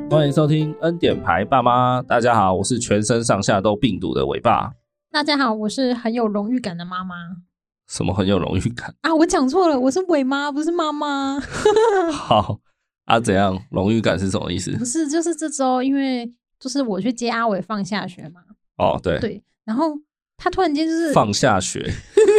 欢迎收听恩典牌爸妈，大家好，我是全身上下都病毒的伟爸。 大家好，我是很有荣誉感的妈妈。 什么很有荣誉感啊？我讲错了，我是伟妈，不是妈妈。 好啊，怎样？荣誉感是什么意思？ 不是，就是这周，因为就是我去接阿伟放下学嘛。 哦，对对，然后他突然间就是放下学，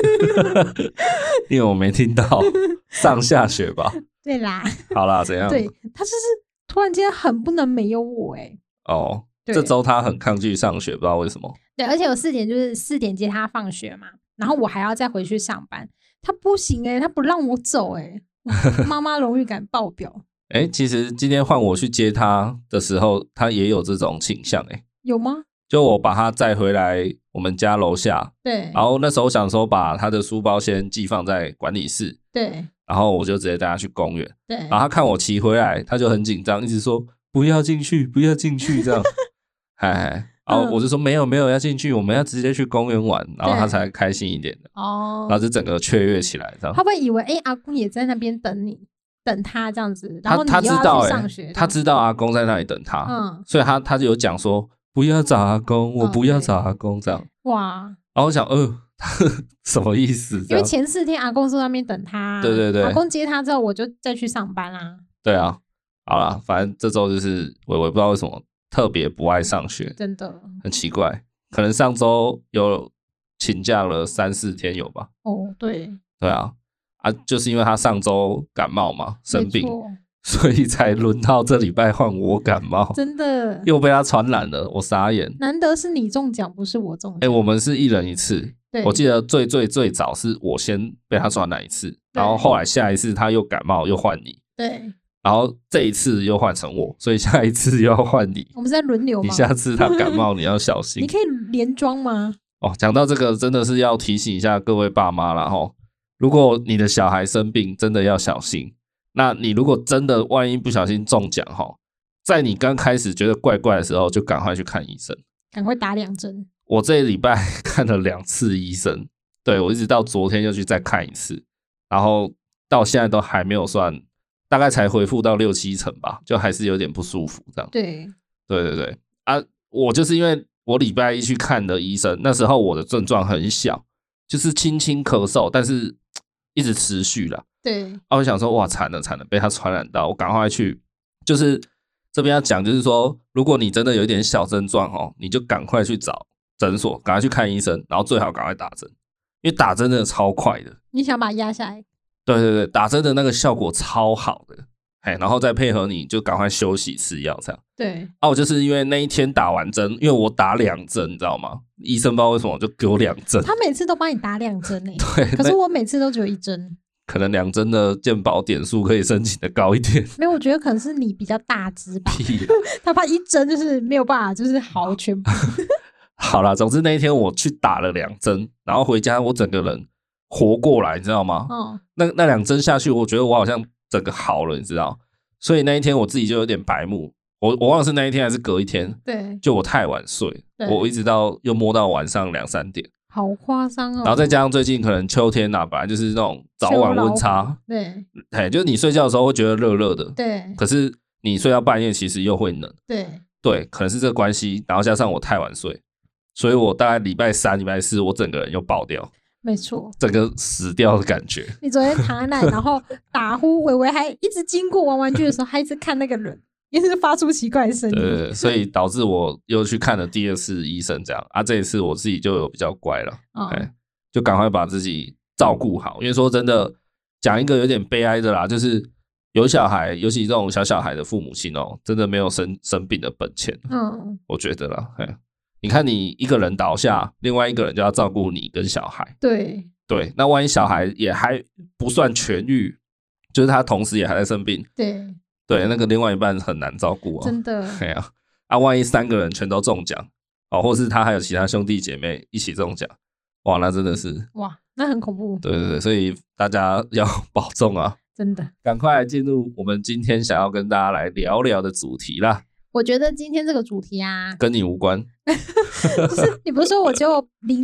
因为我没听到上下学吧？ 对啦， 好啦，怎样？ 对，他就是突然间很不能没有我哦，这周他很抗拒上学，不知道为什么。 对，而且我4点接他放学嘛，然后我还要再回去上班，他不行他不让我走妈妈荣誉感爆表。 其实今天换我去接他的时候，他也有这种倾向有吗？ 就我把他载回来我们家楼下， 对， 然后那时候想说把他的书包先寄放在管理室， 对， 然后我就直接带他去公园， 对， 然后他看我骑回来，他就很紧张，一直说不要进去，不要进去这样，然后我就说没有要进去，我们要直接去公园玩，然后他才开心一点的然后就整个雀跃起来这样。 他会以为阿公也在那边等你，等他这样子，然后你他知道去上学， 他知道阿公在那里等他，所以他就有讲说不要找阿公，我不要找阿公这样。 哇！ 然后我想什么意思？ 因为前4天阿公在那边等他， 对， 阿公接他之后，我就再去上班啦。 对啊，好啦，反正这周就是我不知道为什么特别不爱上学， 真的很奇怪，可能上周有请假了3-4天有吧？ 哦，对啊，就是因为他上周感冒嘛，生病，所以才轮到这礼拜换我感冒， 真的又被他传染了，我傻眼。 难得是你中奖，不是我中奖。 我们是1人1次，我记得最早是我先被他传染1次，然后后来下一次他又感冒又换你， 对， 然后这一次又换成我，所以下一次又要换你。 我们在轮流吗？ 你下次他感冒你要小心。 你可以连装吗？ 讲到这个真的是要提醒一下各位爸妈啦如果你的小孩生病真的要小心。那你如果真的万一不小心中奖在你刚开始觉得怪怪的时候就赶快去看医生， 赶快打2针。 我这礼拜看了2次医生，对，我一直到昨天又去再看1次，然后到现在都还没有算，大概才恢复到6-7成吧，就还是有点不舒服这样。 对我就是因为我礼拜1去看的医生，那时候我的症状很小，就是轻轻咳嗽，但是一直持续啦。 对， 我想说哇惨了，被他传染到，我赶快去，就是这边要讲，就是说如果你真的有一点小症状你就赶快去找诊所，赶快去看医生，然后最好赶快打针，因为打针真的超快的。 你想把它压下来？ 对，打针的那个效果超好的，然后再配合你就赶快休息吃药这样。 对我就是因为那一天打完针，因为我打2针，你知道吗？医生不知道为什么就给我2针， 他每次都帮你打2针对， 可是我每次都只有1针。 可能2针的健保点数可以申请的高一点。 没有，我觉得可能是你比较大只吧。 屁他怕1针就是没有办法，就是好全部。 好啦，总之那一天我去打了2针，然后回家我整个人活过来，你知道吗？那2针下去，我觉得我好像整个好了，你知道？所以那一天我自己就有点白目，我忘了是那一天还是隔一天。 对， 就我太晚睡，我一直到又摸到晚上2-3点。 好夸张哦！ 然后再加上最近可能秋天本来就是那种早晚温差， 对， 就是你睡觉的时候会觉得热热的， 对， 可是你睡到半夜其实又会冷，对，可能是这个关系，然后加上我太晚睡，所以我大概礼拜3、礼拜4我整个人又爆掉， 没错， 整个死掉的感觉。 你昨天躺在那里，然后打呼，伟伟还一直经过玩玩具的时候，还一直看那个人。也是发出奇怪的声音， 对，所以导致我又去看了第2次医生，这样这一次我自己就有比较乖了，就赶快把自己照顾好。因为说真的，讲一个有点悲哀的啦，就是有小孩，尤其这种小孩的父母亲真的没有生病的本钱，我觉得啦，你看你一个人倒下，另外一个人就要照顾你跟小孩， 对， 那万一小孩也还不算痊愈，就是他同时也还在生病，对，那个另外一半很难照顾真的。 万一3个人全都中奖或是他还有其他兄弟姐妹一起中奖，哇，那真的是哇，那很恐怖。 对，所以大家要保重啊， 真的。 赶快来进入我们今天想要跟大家来聊聊的主题啦。 我觉得今天这个主题跟你无关。 就是你不是说我只有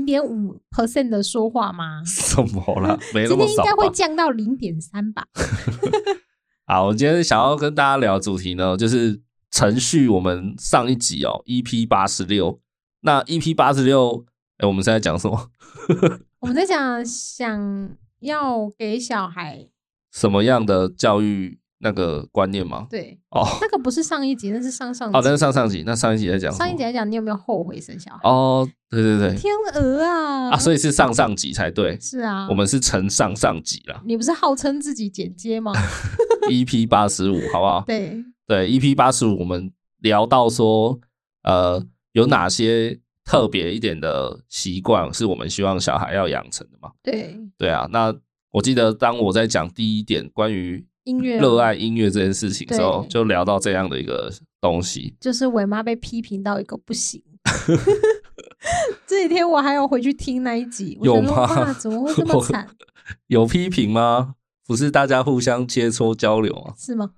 0.5% 的说话吗？ 什么啦，没那么少吧。 今天应该会降到 0.3 吧。 好，我今天想要跟大家聊的主题呢，就是承续我们上一集EP86，那 EP86，我们现在讲什么？ 我们在讲想要给小孩什么样的教育那个观念吗？ 对，那个不是上一集，那是上集。 那是上集。那上一集在讲什么？ 上一集在讲你有没有后悔生小孩？ 对， 天鹅啊！ 所以是上集才对。 是啊， 我们是承上集啦。 你不是号称自己剪接吗 ？EP85，好不好？ 对 ，EP85，我们聊到说，有哪些特别一点的习惯是我们希望小孩要养成的嘛？ 对啊，那我记得当我在讲第一点关于音乐热爱音乐这件事情的时候，就聊到这样的一个东西， 就是伟妈被批评到一个不行。这几天我还有回去听那一集， 有吗？ 怎么会这么惨？ 有批评吗？不是大家互相切磋交流吗？ 是吗？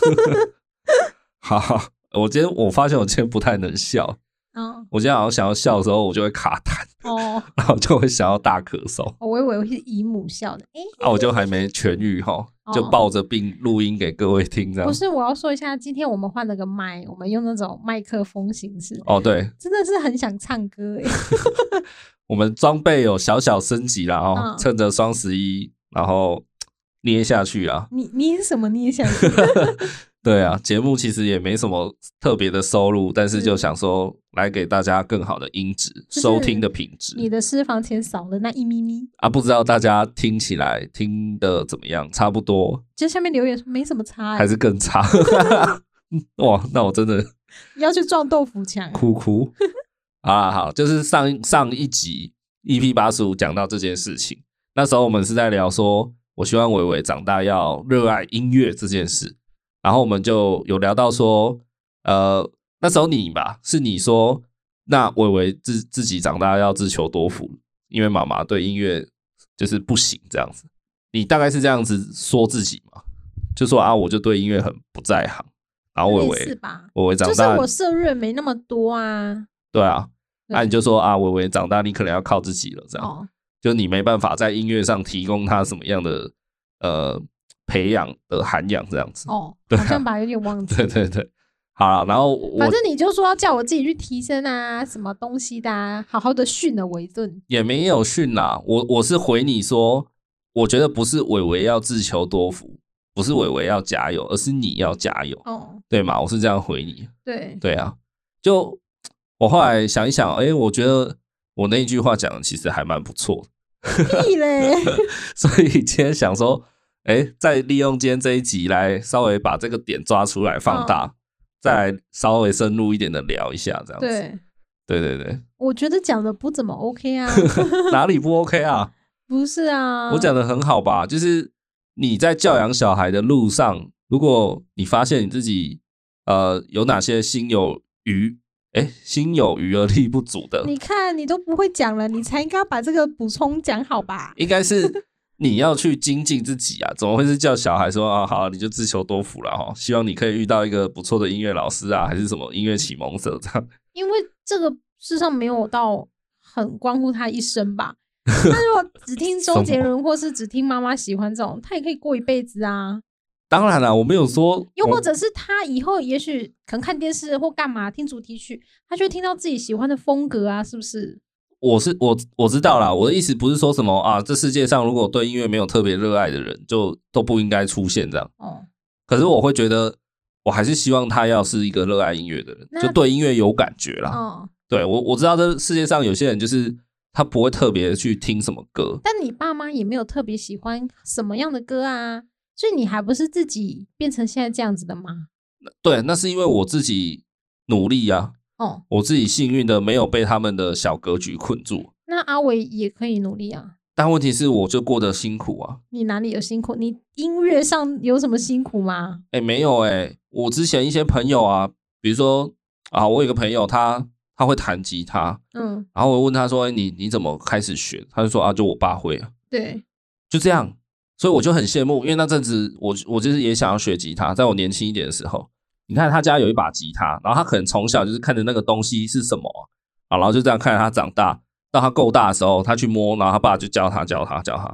好，我发现我今天不太能笑。我今天好像想要笑的时候，我就会卡痰然后就会想要大咳嗽。 我以为是姨母笑的， 我就还没痊愈就抱着病录音给各位听这样。 不是，我要说一下，今天我们换了个麦，我们用那种麦克风形式。 对， 真的是很想唱歌我们装备有小升级啦趁着双11，然后捏下去啦。 你捏什么捏下去？ 对啊，节目其实也没什么特别的收入，但是就想说来给大家更好的音质、收听的品质。 你的私房钱少了那一咪咪不知道大家听起来听的怎么样？差不多？就下面留言说没什么差还是更差？哇，那我真的要去撞豆腐墙， 哭好，就是上一集 EP85 讲到这件事情，那时候我们是在聊说，我希望伟伟长大要热爱音乐这件事。然后我们就有聊到说，那时候是你说，那伟伟自己长大要自求多福，因为妈妈对音乐就是不行这样子。你大概是这样子说自己嘛？就说我就对音乐很不在行。然后伟伟长大， 就是我涉猎没那么多啊。 对啊，那你就说伟伟长大，你可能要靠自己了，这样。就你没办法在音乐上提供他什么样的培养的涵养这样子好像有点忘记。 对，好了，然后反正你就说要叫我自己去提升什么东西的好好的训了我一顿。 也没有训啦，我是回你说，我觉得不是伟伟要自求多福，不是伟伟要加油，而是你要加油对吗？我是这样回你。对啊，就我后来想一想，我觉得我那一句话讲的其实还蛮不错的。屁嘞！ 所以今天想说再利用今天这一集来稍微把这个点抓出来放大，再稍微深入一点的聊一下这样子。对， 我觉得讲的不怎么 OK 啊。 哪里不 OK 啊？ 不是啊， 我讲的很好吧？就是你在教养小孩的路上，如果你发现你自己有哪些心有余而力不足的， 你看你都不会讲了，你才应该把这个补充讲好吧？ 应该是你要去精进自己怎么会是叫小孩说好你就自求多福啦希望你可以遇到一个不错的音乐老师还是什么音乐启蒙者这样。 因为这个世上没有到很关乎他一生吧。他如果只听周杰伦或是只听妈妈喜欢这种，他也可以过一辈子啊。 当然啦，我没有说， 又或者是他以后也许可能看电视或干嘛听主题曲，他就会听到自己喜欢的风格是不是？ 我知道啦，我的意思不是说什么这世界上如果对音乐没有特别热爱的人，就都不应该出现这样。可是我会觉得，我还是希望他要是一个热爱音乐的人，就对音乐有感觉啦。对，我知道这世界上有些人就是他不会特别去听什么歌， 但你爸妈也没有特别喜欢什么样的歌所以你还不是自己变成现在这样子的吗？ 对，那是因为我自己努力我自己幸运的没有被他们的小格局困住。 那阿伟也可以努力但问题是我就过得辛苦你哪里有辛苦？你音乐上有什么辛苦吗？ 没有我之前一些朋友比如说我有一个朋友他会弹吉他然后我问他说你怎么开始学？他就说就我爸会对， 就这样。所以我就很羡慕，因为那阵子我就是也想要学吉他，在我年轻一点的时候，你看他家有一把吉他，然后他可能从小就是看着那个东西是什么然后就这样看着他长大，到他够大的时候他去摸，然后他爸就教他，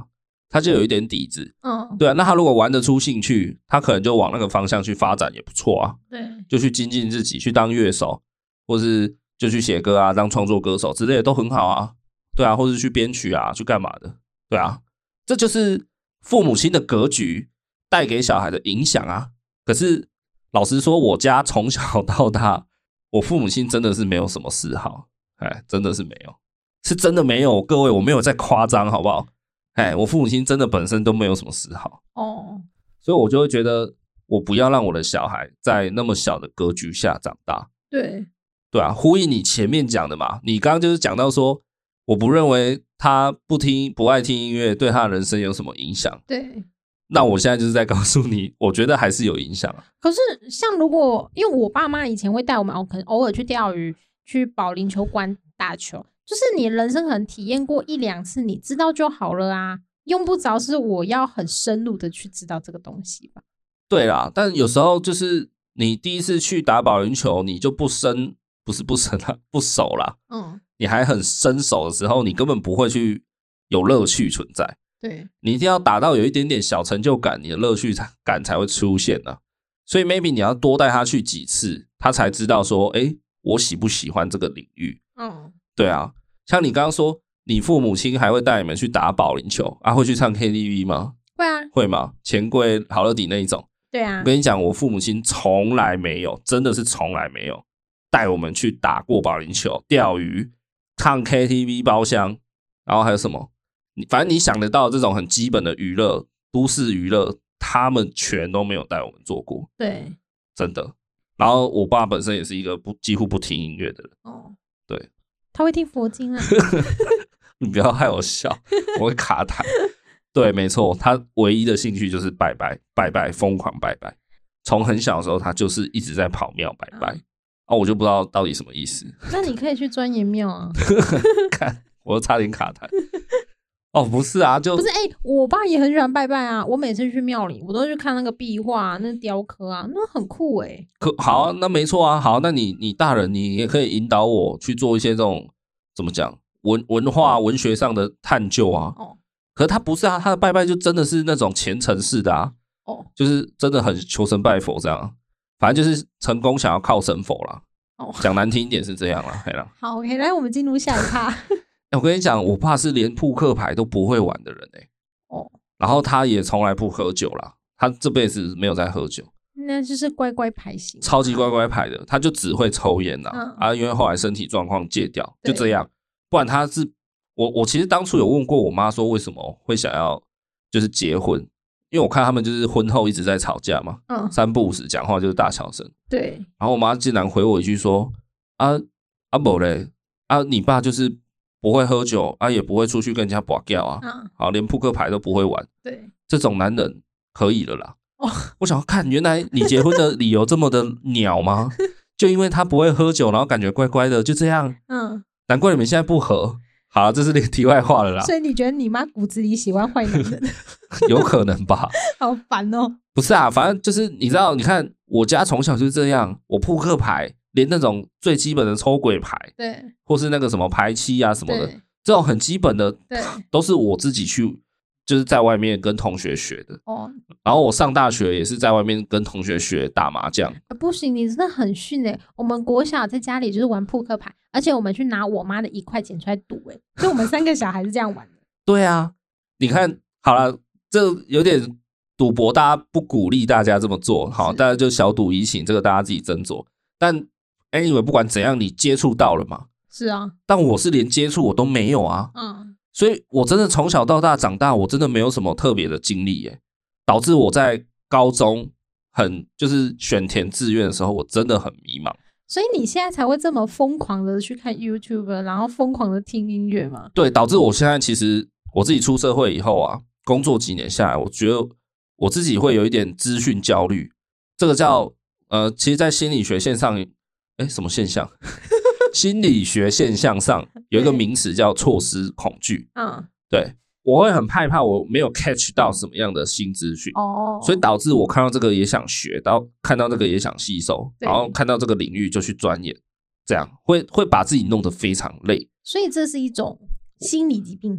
他就有一点底子。对啊，那他如果玩得出兴趣，他可能就往那个方向去发展也不错啊。 对， 就去精进自己，去当乐手，或是就去写歌啊，当创作歌手之类的都很好啊。对啊，或是去编曲啊，去干嘛的。对啊，这就是父母亲的格局带给小孩的影响啊。可是老实说，我家从小到大，我父母亲真的是没有什么嗜好，真的是没有，是真的没有。各位，我没有在夸张，好不好？我父母亲真的本身都没有什么嗜好所以我就会觉得，我不要让我的小孩在那么小的格局下长大。对啊，呼应你前面讲的嘛，你刚刚就是讲到说，我不认为他不爱听音乐对他的人生有什么影响。 对， 那我现在就是在告诉你，我觉得还是有影响啊。 可是像如果因为我爸妈以前会带我们可能偶尔去钓鱼，去保龄球馆打球，就是你人生可能体验过1-2次，你知道就好了啊，用不着是我要很深入的去知道这个东西吧。 对啦，但有时候就是你第一次去打保龄球，你就不熟啦，你还很生手的时候，你根本不会去有乐趣存在。 对， 你一定要打到有一点点小成就感，你的乐趣感才会出现啊。所以 maybe 你要多带他去几次，他才知道说，我喜不喜欢这个领域。对啊，像你刚刚说，你父母亲还会带你们去打保龄球啊，会去唱 KTV 吗？ 会啊， 会吗？钱柜、好乐迪那一种。 对啊， 我跟你讲，我父母亲从来没有，真的是从来没有带我们去打过保龄球、钓鱼、唱 KTV 包厢，然后还有什么？反正你想得到这种很基本的娱乐、都市娱乐，他们全都没有带我们做过。 对， 真的。然后我爸本身也是一个几乎不听音乐的人。对， 他会听佛经啊。 你不要害我笑，我会卡痰。对，没错，他唯一的兴趣就是拜拜，疯狂拜拜。从很小的时候，他就是一直在跑庙拜拜。我就不知道到底什么意思。 那你可以去钻研庙啊。 看，我差点卡痰。不是啊，不是我爸也很喜欢拜拜啊。我每次去庙里，我都去看那个壁画、那雕刻啊，那很酷好啊，那没错啊。好，那你大人，你也可以引导我去做一些这种怎么讲文化文学上的探究啊。可是他不是啊，他的拜拜就真的是那种虔诚式的啊。就是真的很求神拜佛这样。反正就是成功想要靠神佛啦。讲难听一点是这样啦。 好 ，OK， 来我们进入下一趴。 我跟你讲，我爸是连扑克牌都不会玩的人然后他也从来不喝酒啦，他这辈子没有在喝酒。 那就是乖乖牌型， 超级乖乖牌的，他就只会抽烟啦。因为后来身体状况戒掉，就这样。不然他是我其实当初有问过我妈说为什么会想要就是结婚，因为我看他们就是婚后一直在吵架嘛，三不五时讲话就是大小声。 对， 然后我妈竟然回我一句说不嘞你爸就是不会喝酒也不会出去跟人家拔掉好，连扑克牌都不会玩。 对， 这种男人可以了啦。我想看，原来你结婚的理由这么的鸟吗？就因为他不会喝酒，然后感觉乖乖的，就这样。难怪你们现在不合。好，这是题外话了啦。 所以你觉得你妈骨子里喜欢坏男人？ 有可能吧。 好烦哦。 不是啊，反正就是你知道，你看我家从小就是这样，我扑克牌连那种最基本的抽鬼牌， 对， 或是那个什么牌七啊什么的，这种很基本的， 对， 都是我自己去就是在外面跟同学学的。然后我上大学也是在外面跟同学学打麻将。 不行，你真的很逊我们国小在家里就是玩扑克牌，而且我们去拿我妈的1块钱出来赌所以我们3个小孩是这样玩的。 对啊，你看好了，这有点赌博，大家不鼓励大家这么做。好，大家就小赌怡情，这个大家自己斟酌。但 anyway 不管怎样，你接触到了嘛？ 是啊， 但我是连接触我都没有啊。所以我真的从小到大长大，我真的没有什么特别的经历导致我在高中就是选填志愿的时候，我真的很迷茫。 所以你现在才会这么疯狂的去看 YouTube， 然后疯狂的听音乐吗？ 对，导致我现在其实我自己出社会以后工作几年下来，我觉得我自己会有一点资讯焦虑。这个叫其实在心理学线上什么现象？心理学现象上有一个名词叫错失恐惧。对，我会很害怕我没有 catch 到什么样的新资讯。所以导致我看到这个也想学，然后看到这个也想吸收，然后看到这个领域就去钻研，这样会把自己弄得非常累。 所以这是一种心理疾病。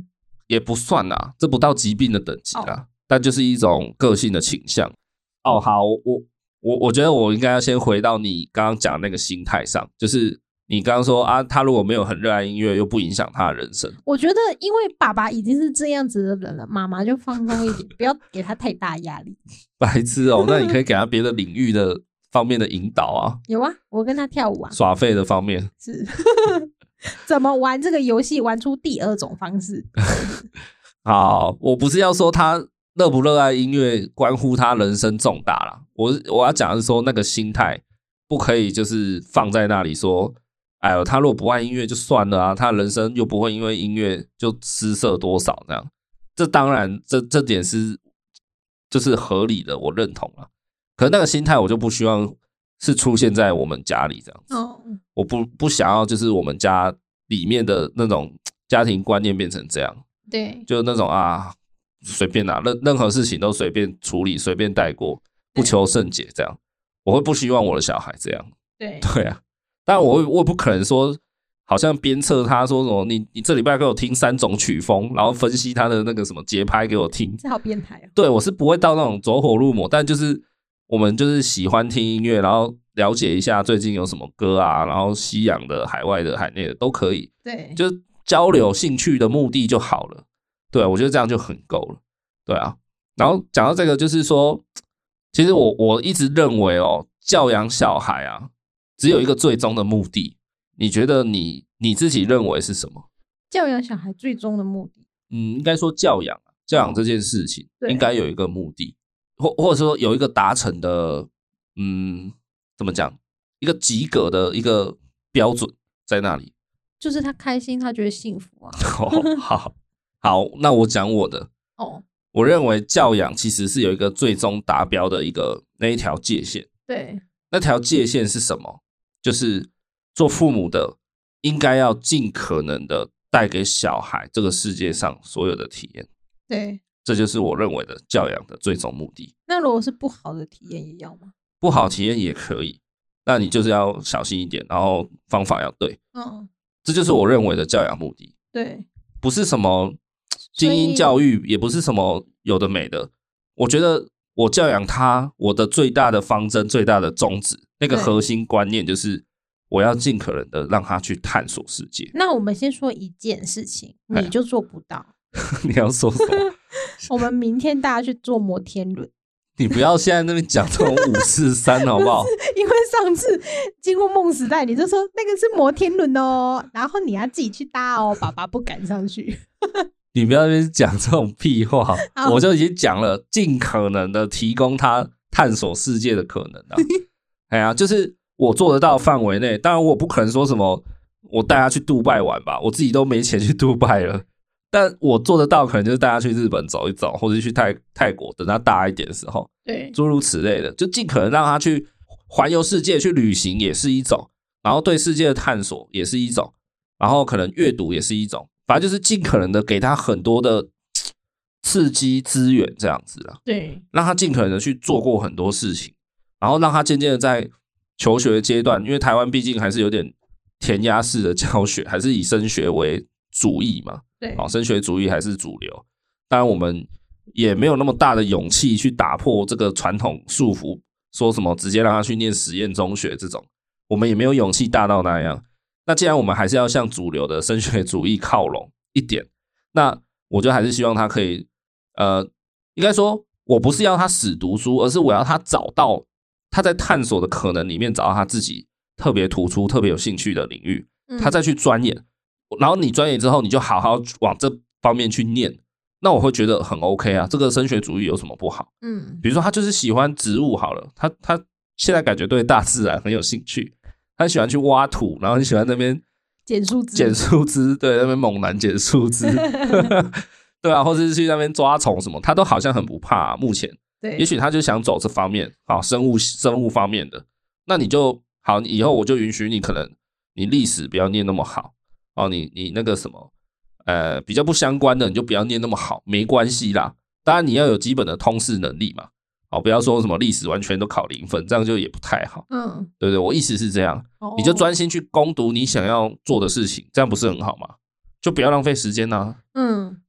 也不算啦，这不到疾病的等级啦，但就是一种个性的倾向。好，我觉得我应该要先回到你刚刚讲那个心态上，就是你刚刚说啊，他如果没有很热爱音乐，又不影响他的人生。 我觉得因为爸爸已经是这样子的人了，妈妈就放松一点，不要给他太大压力。 白痴哦，那你可以给他别的领域的方面的引导啊。 有啊，我跟他跳舞啊。 耍废的方面是怎么玩这个游戏，玩出第二种方式。 好，我不是要说他热不热爱音乐关乎他人生重大啦，我要讲的是说那个心态不可以就是放在那里说，哎呦，他如果不爱音乐就算了啊，他人生又不会因为音乐就失色多少这样。这当然这点是就是合理的，我认同啦。可是那个心态我就不希望是出现在我们家里这样子。我不想要就是我们家里面的那种家庭观念变成这样。 对， 就那种啊，随便啦，任何事情都随便处理，随便带过，不求甚解这样。我会不希望我的小孩这样。对啊，但我也不可能说好像鞭策他说什么你这礼拜给我听3种曲风，然后分析他的那个什么节拍给我听， 这好变态哦。 对，我是不会到那种走火入魔，但就是我们就是喜欢听音乐，然后了解一下最近有什么歌啊，然后西洋的、海外的、海内的都可以。 对， 就是交流兴趣的目的就好了。对，我觉得这样就很够了。对啊，然后讲到这个，就是说，其实我一直认为哦，教养小孩啊，只有一个最终的目的。你觉得你自己认为是什么？ 教养小孩最终的目的， 应该说教养这件事情应该有一个目的，或者说有一个达成的，怎么讲，一个及格的一个标准在那里。 就是他开心，他觉得幸福啊。 好，那我讲我的。我认为教养其实是有一个最终达标的那一条界限。 对， 那条界限是什么？就是做父母的应该要尽可能的带给小孩这个世界上所有的体验。 对， 这就是我认为的教养的最终目的。 那如果是不好的体验也要吗？ 不好体验也可以，那你就是要小心一点，然后方法要对。这就是我认为的教养目的。 对， 不是什么精英教育，也不是什么有的没的。我觉得我教养他，我的最大的方针、最大的宗旨，那个核心观念就是我要尽可能的让他去探索世界。 那我们先说一件事情，你就做不到。 你要说什么？ 我们明天大家去坐摩天轮。 你不要现在那边讲这种543好不好？ 因为上次经过梦时代，你就说那个是摩天轮哦，然后你要自己去搭哦，爸爸不敢上去。 你不要在那边讲这种屁话，我就已经讲了，尽可能的提供他探索世界的可能啊。哎呀，就是我做得到范围内，当然我不可能说什么我带他去杜拜玩吧，我自己都没钱去杜拜了。但我做得到，可能就是带他去日本走一走，或者去泰国，等他大一点的时候， 对， 诸如此类的，就尽可能让他去环游世界，去旅行也是一种，然后对世界的探索也是一种，然后可能阅读也是一种，反正就是尽可能的给他很多的刺激资源这样子啦。 对， 让他尽可能的去做过很多事情，然后让他渐渐的在求学阶段，因为台湾毕竟还是有点填鸭式的教学，还是以升学为主义嘛。 对， 升学主义还是主流。当然我们也没有那么大的勇气去打破这个传统束缚，说什么直接让他去念实验中学这种，我们也没有勇气大到那样。那既然我们还是要向主流的升学主义靠拢一点，那我就还是希望他可以应该说我不是要他死读书，而是我要他找到他在探索的可能里面找到他自己特别突出特别有兴趣的领域，他再去钻研，然后你钻研之后你就好好往这方面去念，那我会觉得很 OK 啊，这个升学主义有什么不好？比如说他就是喜欢植物好了，他现在感觉对大自然很有兴趣，他喜欢去挖土，然后你喜欢那边捡树枝，对，那边猛男捡树枝对啊，或者是去那边抓虫什么，他都好像很不怕目前对， 也许他就想走这方面，好，生物方面的，那你就好，以后我就允许你，可能你历史不要念那么好哦，你那个什么比较不相关的你就不要念那么好，没关系啦，当然你要有基本的通识能力嘛，好，不要说什么历史完全都考0分，这样就也不太好，对不对？我意思是这样，你就专心去攻读你想要做的事情，这样不是很好吗？就不要浪费时间啊，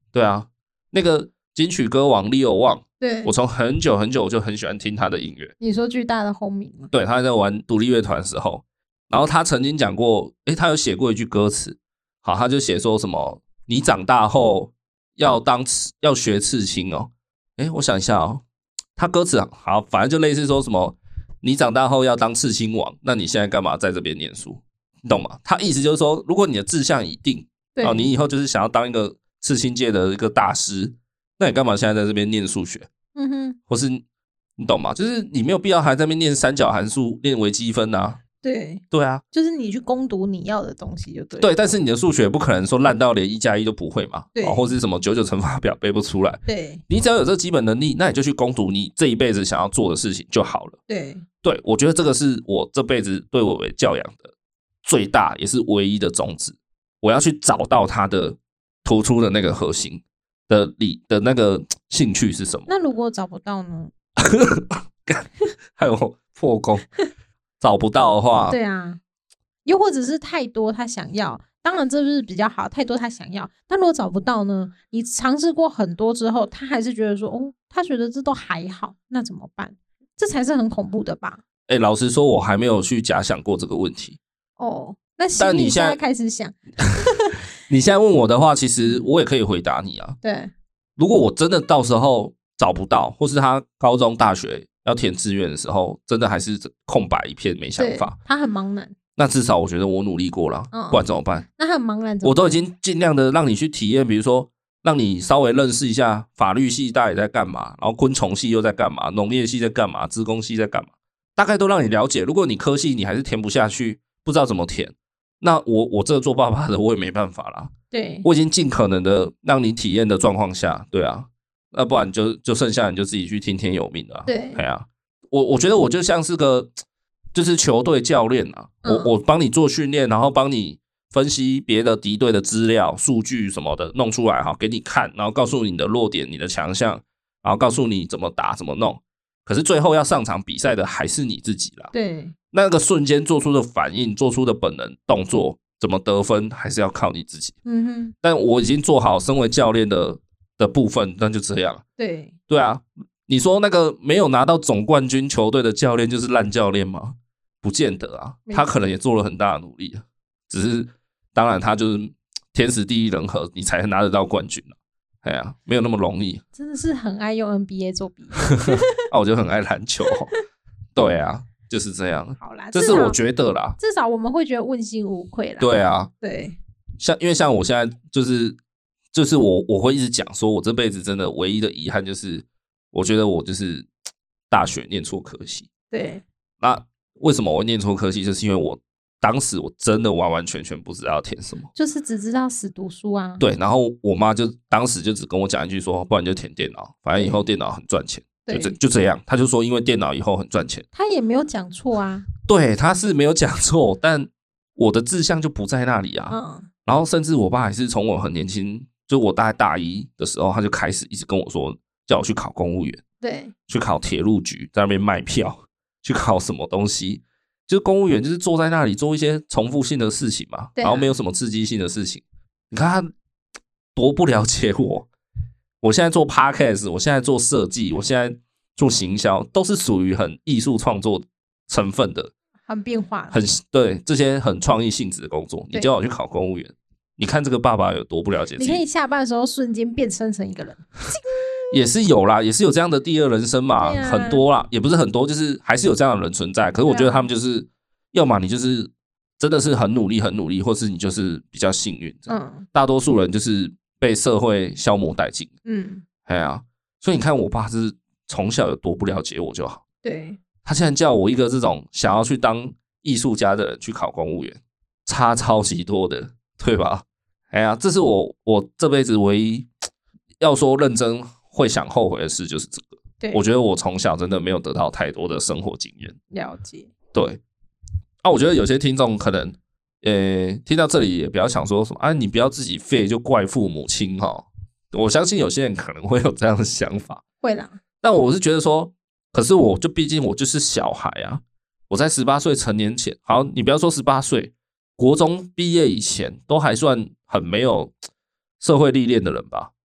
对啊，那个金曲歌王 Leo Wang， 对， 我从很久很久我就很喜欢听他的音乐。 你说巨大的轰鸣吗？ 对，他在玩独立乐团的时候，然后他曾经讲过，他有写过一句歌词，好，他就写说什么你长大后要学刺青哦。我想一下哦，他歌词好，反正就类似说什么你长大后要当刺青王，那你现在干嘛在这边念书？你懂吗？他意思就是说，如果你的志向已定，你以后就是想要当一个刺青界的一个大师，那你干嘛现在在这边念数学？或是你懂吗？就是你没有必要还在那边念三角函数、念微积分啊。 对啊， 就是你去攻读你要的东西就对。 对，但是你的数学不可能说烂到连1+1都不会嘛， 对， 或是什么99乘法表背不出来。 对， 你只要有这基本能力，那你就去攻读你这一辈子想要做的事情就好了。 对， 我觉得这个是我这辈子对我为教养的最大也是唯一的宗旨。我要去找到他的突出的那个核心的那个兴趣是什么。 那如果找不到呢？ 还有破功，找不到的话， 对啊，又或者是太多他想要，当然这是比较好，太多他想要。但如果找不到呢？你尝试过很多之后，他还是觉得说，他觉得这都还好，那怎么办？这才是很恐怖的吧？ 老实说，我还没有去假想过这个问题。 那心里现在开始想。 你现在问我的话，其实我也可以回答你啊。 对， 如果我真的到时候找不到，或是他高中大学要填志愿的时候，真的还是空白一片没想法， 他很茫然， 那至少我觉得我努力过了，不然怎么办？ 那他很茫然怎么办？ 我都已经尽量的让你去体验，比如说让你稍微认识一下法律系大概在干嘛，然后昆虫系又在干嘛，农业系在干嘛，资工系在干嘛，大概都让你了解。如果你科系你还是填不下去，不知道怎么填，那我这个做爸爸的我也没办法啦。 对， 我已经尽可能的让你体验的状况下，对啊，那不然就剩下你就自己去听天由命了。 对， 我觉得我就像是个就是球队教练啊，我帮你做训练，然后帮你分析别的敌对的资料、数据什么的弄出来，给你看，然后告诉你的弱点、你的强项，然后告诉你怎么打、怎么弄。可是最后要上场比赛的还是你自己啦。 对， 那个瞬间做出的反应、做出的本能动作，怎么得分，还是要靠你自己。但我已经做好身为教练的部分，那就这样。对啊，你说那个没有拿到总冠军球队的教练就是烂教练吗？不见得啊，他可能也做了很大的努力，只是当然他就是天时地利人和，你才拿得到冠军了。没有那么容易。 真的是很爱用 NBA 做比喻。 我就很爱篮球。对啊，就是这样。 好啦， 这是我觉得啦， 至少我们会觉得问心无愧啦。 对啊， 对， 因为像我现在就是我会一直讲说，我这辈子真的唯一的遗憾就是，我觉得我就是大学念错科系。 对， 那为什么我会念错科系？就是因为当时我真的完完全全不知道要填什么， 就是只知道死读书啊。 对，然后我妈当时就只跟我讲一句说，不然就填电脑，反正以后电脑很赚钱。就这样，他就说因为电脑以后很赚钱。 他也没有讲错啊。 对，他是没有讲错，但我的志向就不在那里啊。然后甚至我爸还是从我很年轻，就我大概大一的时候，他就开始一直跟我说，叫我去考公务员， 对， 去考铁路局，在那边卖票，去考什么东西。就是公务员就是坐在那里做一些重复性的事情嘛，然后没有什么刺激性的事情。你看他多不了解我。我现在做 podcast， 我现在做设计，我现在做行销，都是属于很艺术创作成分的， 很变化， 对这些很创意性质的工作。你叫我去考公务员，你看这个爸爸有多不了解自己。 你可以下班的时候瞬间变身成一个人。 也是有啦，也是有这样的第二人生嘛，很多啦，也不是很多，就是还是有这样的人存在。可是我觉得他们就是，要么你就是真的是很努力，或是你就是比较幸运。大多数人就是被社会消磨殆尽。所以你看我爸是从小有多不了解我就好。 对， 他现在叫我一个这种想要去当艺术家的人去考公务员，差超级多的，对吧？这是我这辈子唯一要说认真会想后悔的事就是这个。 对， 我觉得我从小真的没有得到太多的生活经验。 了解。 对。我觉得有些听众可能听到这里也不要想说什么你不要自己废就怪父母亲我相信有些人可能会有这样的想法。 会啦。 但我是觉得说，可是毕竟我就是小孩啊，我在18岁成年前，好，你不要说18岁，国中毕业以前都还算很没有社会历练的人吧。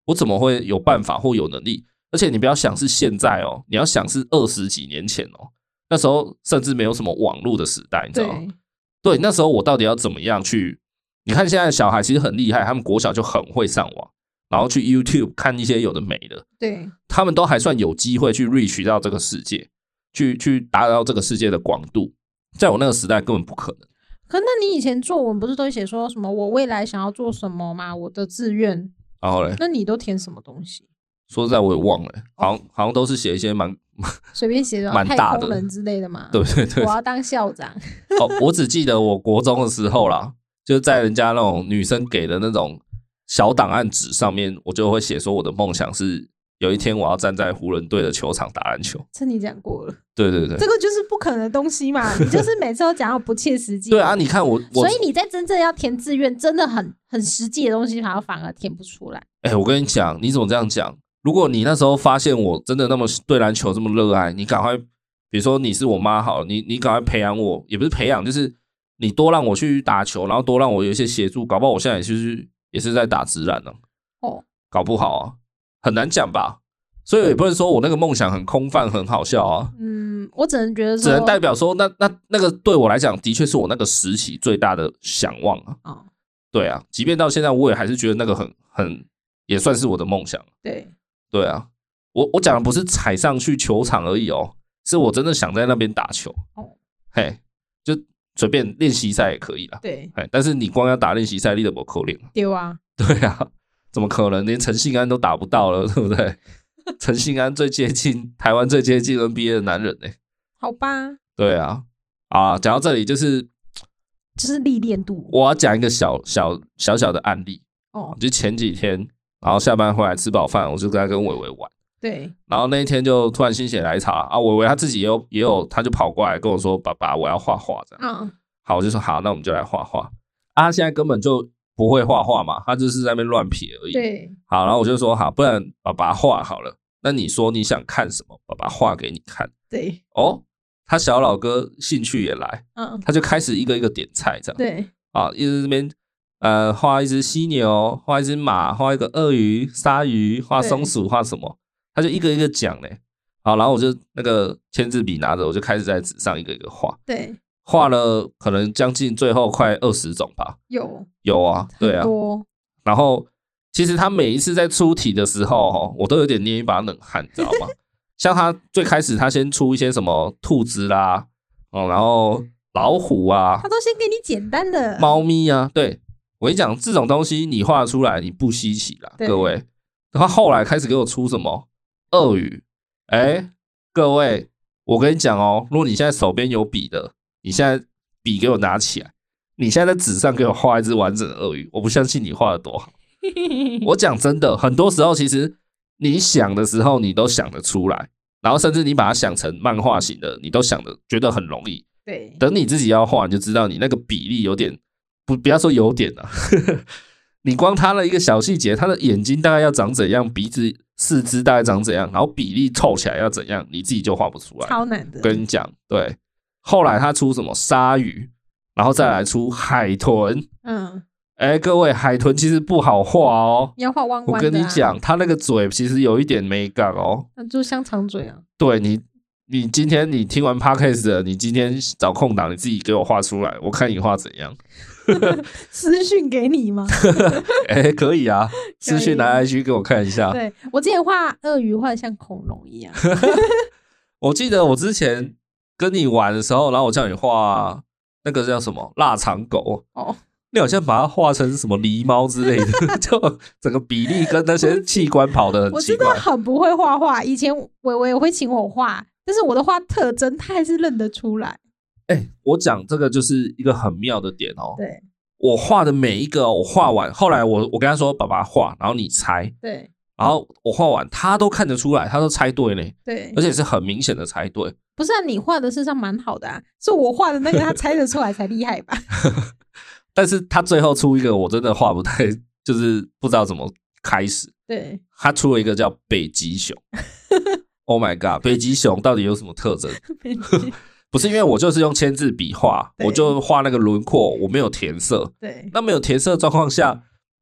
我怎么会有办法或有能力？而且你不要想是现在哦，你要想是20几年前哦，那时候甚至没有什么网络的时代，你知道吗？对，那时候我到底要怎么样去？你看现在的小孩其实很厉害，他们国小就很会上网，然后去 YouTube 看一些有的没的， 对， 他们都还算有机会去 reach 到这个世界，去达到这个世界的广度，在我那个时代根本不可能。 可那你以前作文不是都写说什么我未来想要做什么吗？我的志愿， 然后嘞， 那你都填什么东西？ 说实在我也忘了，好像都是写一些随便写的蛮大的太空人之类的嘛。 对对对， 我要当校长。 我只记得我国中的时候啦，就是在人家那种女生给的那种小档案纸上面，我就会写说我的梦想是有一天我要站在湖人队的球场打篮球。 这你讲过了。 对对对， 这个就是不可能的东西嘛，你就是每次都讲到不切实际。 对啊，你看我， 所以你在真正要填志愿，真的很实际的东西，反而填不出来。 我跟你讲，你怎么这样讲？如果你那时候发现我真的那么对篮球这么热爱，你赶快，比如说你是我妈好，你赶快培养我，也不是培养，就是你多让我去打球，然后多让我有一些协助，搞不好我现在也是在打职篮呢。 哦， 搞不好啊，很难讲吧。所以也不能说我那个梦想很空泛很好笑啊。 我只能觉得说， 只能代表说那个对我来讲，的确是我那个时期最大的想望啊。 哦， 对啊，即便到现在，我也还是觉得那个很也算是我的梦想。对啊，我讲的不是踩上去球场而已哦，是我真的想在那边打球。 哦， 嘿，就随便练习赛也可以啦。 对， 但是你光要打练习赛，你都不可能。 对啊， 对啊，怎么可能连陈信安都打不到了，对不对？陈信安台湾最接近 NBA 的男人呢。 好吧。 对啊，讲到这里就是历练度。 我要讲一个小的案例哦，就前几天，然后下班回来吃饱饭，我就跟伟伟玩。对，然后那一天就突然心血来潮啊，伟伟他自己也有，他就跑过来跟我说：“爸爸，我要画画。”这样。好，我就说好，那我们就来画画。他现在根本就不会画画嘛，他就是在那边乱撇而已。对，好，然后我就说好，不然爸爸画好了。那你说你想看什么，爸爸画给你看。对，他小老哥兴趣也来，他就开始一个一个点菜这样。对，一直这边画一只犀牛，画一只马，画一个鳄鱼、鲨鱼，画松鼠，画什么，他就一个一个讲嘞。好，然后我就那个签字笔拿着，我就开始在纸上一个一个画。对。画了可能将近最后快20种吧。有啊，对啊。然后其实他每一次在出题的时候，我都有点捏一把冷汗，知道吗？像他最开始他先出一些什么兔子啦，然后老虎啊， 他都先给你简单的猫咪啊。对，我跟你讲，这种东西你画出来你不稀奇啦，各位。然后后来开始给我出什么鳄鱼，各位，我跟你讲哦，如果你现在手边有笔的，你现在笔给我拿起来，你现在在纸上给我画一只完整的鳄鱼，我不相信你画的多好。我讲真的，很多时候其实你想的时候你都想得出来，然后甚至你把它想成漫画型的，你都想的觉得很容易。对，等你自己要画，你就知道你那个比例有点不要说有点啊，你光他的一个小细节，他的眼睛大概要长怎样，鼻子四肢大概长怎样，然后比例凑起来要怎样，你自己就画不出来， 超难的。 跟你讲，对。后来他出什么鲨鱼，然后再来出海豚。各位，海豚其实不好画哦， 你要画弯弯的。 我跟你讲，他那个嘴其实有一点美感哦， 那就香肠嘴啊。 对，你今天你听完 podcast 的，你今天找空档，你自己给我画出来，我看你画怎样。 私讯给你吗？ 可以啊，私讯拿 IG 给我看一下。 对，我之前画鳄鱼画得像恐龙一样。 我记得我之前跟你玩的时候，然后我叫你画那个叫什么腊肠狗你好像把它画成什么狸猫之类的，就整个比例跟那些器官跑得很奇怪。 我真的很不会画画，以前伟也会请我画，但是我的画特征他还是认得出来。 我讲这个就是一个很妙的点哦。 对， 我画的每一个我画完，后来我跟他说爸爸画，然后你猜。对，然后我画完，他都看得出来，他都猜对呢。对，而且是很明显的猜对。 不是啊，你画的事实上蛮好的啊，是我画的那个他猜得出来才厉害吧？ 但是他最后出一个我真的画不太，就是不知道怎么开始。对，他出了一个叫北极熊。Oh my god， 北极熊到底有什么特征？不是，因为我就是用签字笔画，我就画那个轮廓，我没有填色。对，那没有填色的状况下，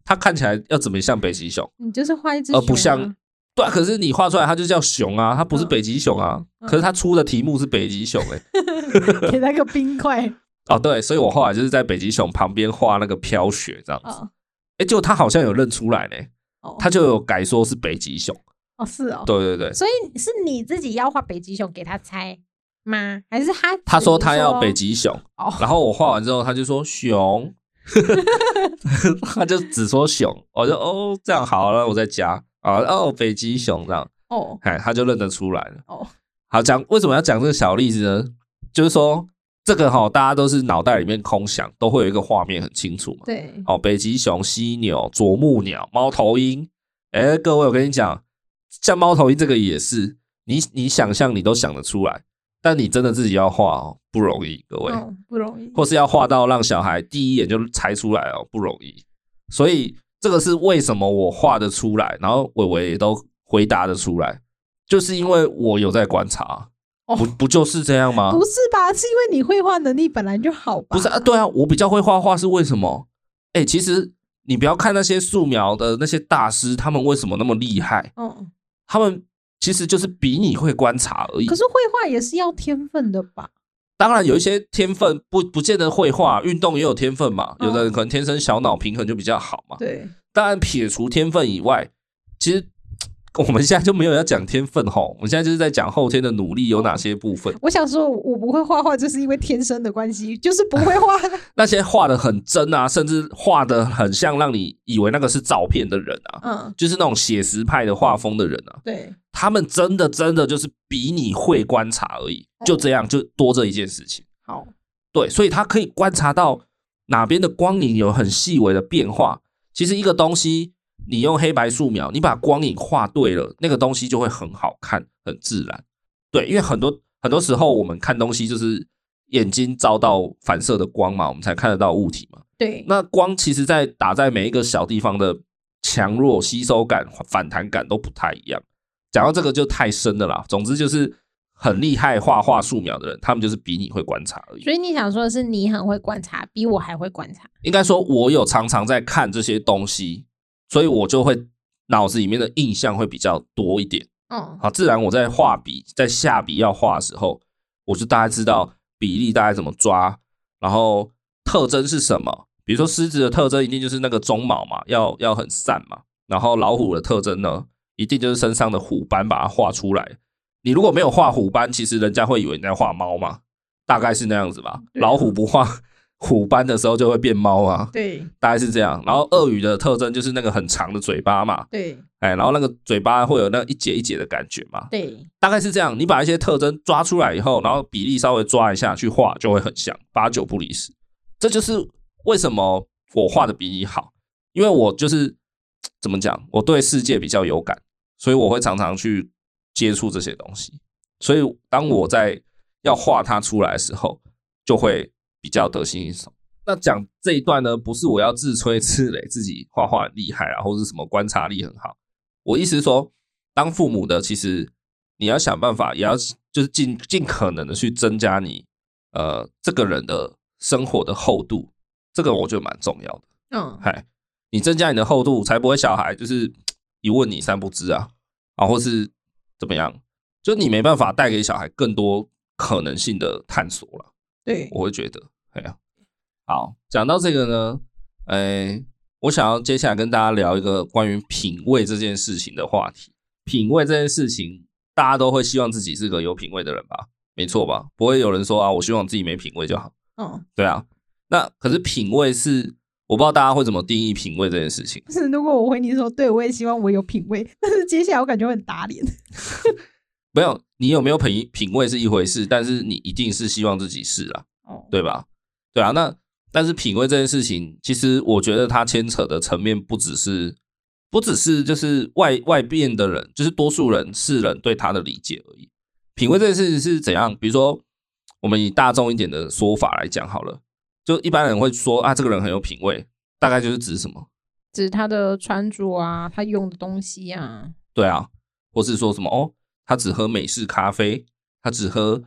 它看起来要怎么像北极熊？ 你就是画一只熊啊， 而不像对啊，可是你画出来它就叫熊啊，它不是北极熊啊。可是它出的题目是北极熊给那个冰块。 哦，对，所以我后来就是在北极熊旁边画那个飘雪这样子。结果他好像有认出来呢，他就有改说是北极熊。 哦，是哦， 对对对， 所以是你自己要画北极熊给他猜吗？还是他说他要北极熊，然后我画完之后他就说熊，他就只说熊，我就这样好了，我再加北极熊这样他就认得出来了。好，为什么要讲这个小例子呢？就是说这个大家都是脑袋里面空想，都会有一个画面很清楚嘛。 对， 北极熊、犀牛、啄木鸟、猫头鹰。各位我跟你讲，像猫头鹰这个也是，你想象你都想得出来，但你真的自己要画不容易，各位不容易， 或是要画到让小孩第一眼就猜出来不容易。所以这个是为什么我画得出来，然后伟伟也都回答得出来，就是因为我有在观察。不就是这样吗？ 不是吧？是因为你绘画能力本来就好吧？ 不是啊，对啊，我比较会画画是为什么？其实你不要看那些素描的那些大师，他们为什么那么厉害？他们其实就是比你会观察而已。 可是绘画也是要天分的吧？ 当然有一些天分不见得绘画，运动也有天分嘛。有的人可能天生小脑平衡就比较好嘛。 对， 当然撇除天分以外，其实我们现在就没有要讲天分我们现在就是在讲后天的努力有哪些部分。 我想说我不会画画就是因为天生的关系，就是不会画那些画得很真啊，甚至画得很像让你以为那个是照片的人啊，就是那种写实派的画风的人啊， 对， 他们真的就是比你会观察而已，就这样，就多这一件事情。 好， 对，所以他可以观察到哪边的光影有很细微的变化。其实一个东西你用黑白素描，你把光影画对了，那个东西就会很好看，很自然。对，因为很多时候我们看东西就是眼睛遭到反射的光嘛，我们才看得到物体嘛。 对， 那光其实在打在每一个小地方的强弱、吸收感、反弹感都不太一样。讲到这个就太深了啦。总之就是很厉害画素描的人，他们就是比你会观察而已。 所以你想说的是你很会观察，比我还会观察。 应该说我有常常在看这些东西，所以我就会脑子里面的印象会比较多一点。好，自然我在画笔在下笔要画的时候，我就大概知道比例大概怎么抓，然后特征是什么。比如说狮子的特征一定就是那个鬃毛嘛，要很散嘛。然后老虎的特征呢，一定就是身上的虎斑把它画出来。你如果没有画虎斑，其实人家会以为你在画猫嘛，大概是那样子吧。老虎不画虎斑的时候就会变猫啊， 对， 大概是这样。然后鳄鱼的特征就是那个很长的嘴巴嘛， 对， 然后那个嘴巴会有那一节一节的感觉嘛， 对， 大概是这样。你把一些特征抓出来以后，然后比例稍微抓一下去画，就会很像，8-9不离10。这就是为什么我画的比你好，因为我就是怎么讲，我对世界比较有感，所以我会常常去接触这些东西。所以当我在要画它出来的时候，就会比较得心应手。那讲这一段呢，不是我要自吹自擂自己画画很厉害啊，或是什么观察力很好。我意思是说，当父母的，其实你要想办法，也要就是尽可能的去增加你这个人的生活的厚度，这个我觉得蛮重要的。你增加你的厚度，才不会小孩就是一问你三不知啊，或是怎么样，就你没办法带给小孩更多可能性的探索了。 对， 我会觉得，好，讲到这个呢，我想要接下来跟大家聊一个关于品味这件事情的话题。品味这件事情，大家都会希望自己是个有品味的人吧？没错吧？不会有人说啊，我希望自己没品味就好。对啊。那可是品味是，我不知道大家会怎么定义品味这件事情。 是，如果我回你说，对，我也希望我有品味，但是接下来我感觉很打脸。 没有，你有没有品味是一回事，但是你一定是希望自己是啦，对吧？对啊，那但是品味这件事情，其实我觉得它牵扯的层面不只是就是外边的人，就是多数人世人对他的理解而已。品味这件事情是怎样？比如说，我们以大众一点的说法来讲好了，就一般人会说啊，这个人很有品味，大概就是指什么？ 指他的穿着啊，他用的东西啊。 对啊，或是说什么他只喝美式咖啡，他只喝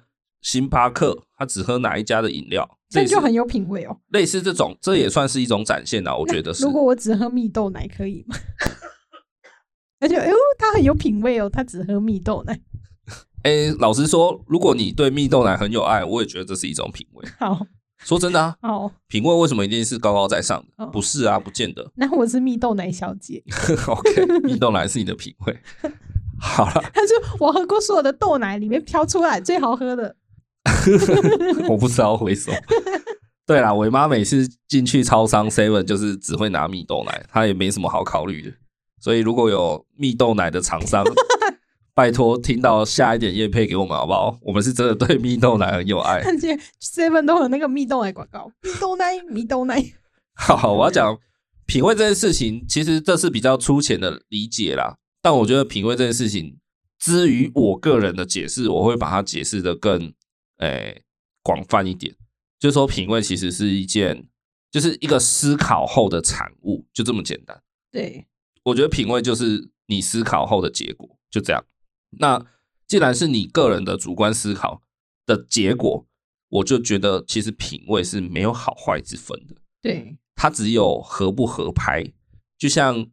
星巴克，他只喝哪一家的饮料， 这就很有品味哦。 类似这种，这也算是一种展现啊，我觉得是。 如果我只喝蜜豆奶可以吗？而且他很有品味哦，他只喝蜜豆奶。 老实说，如果你对蜜豆奶很有爱，我也觉得这是一种品味。 好， 说真的啊，品味为什么一定是高高在上的？不是啊，不见得。 那我是蜜豆奶小姐。 OK， 蜜豆奶是你的品味。好了， 他说我喝过所有的豆奶里面挑出来最好喝的。 我不知道回什么。对啦，伟妈每次进去超商 7 就是只会拿蜜豆奶，她也没什么好考虑的。所以如果有蜜豆奶的厂商拜托听到下一点业配给我们好不好？我们是真的对蜜豆奶很有爱。 而且 7 都有那个蜜豆奶广告，蜜豆奶。 好，我要讲品味这件事情，其实这是比较粗浅的理解啦。但我觉得品味这件事情，至于我个人的解释，我会把它解释的更广泛一点。就是说，品味其实是就是一个思考后的产物，就这么简单。 对， 我觉得品味就是你思考后的结果，就这样。那既然是你个人的主观思考的结果，我就觉得其实品味是没有好坏之分的。 对， 它只有合不合拍。就像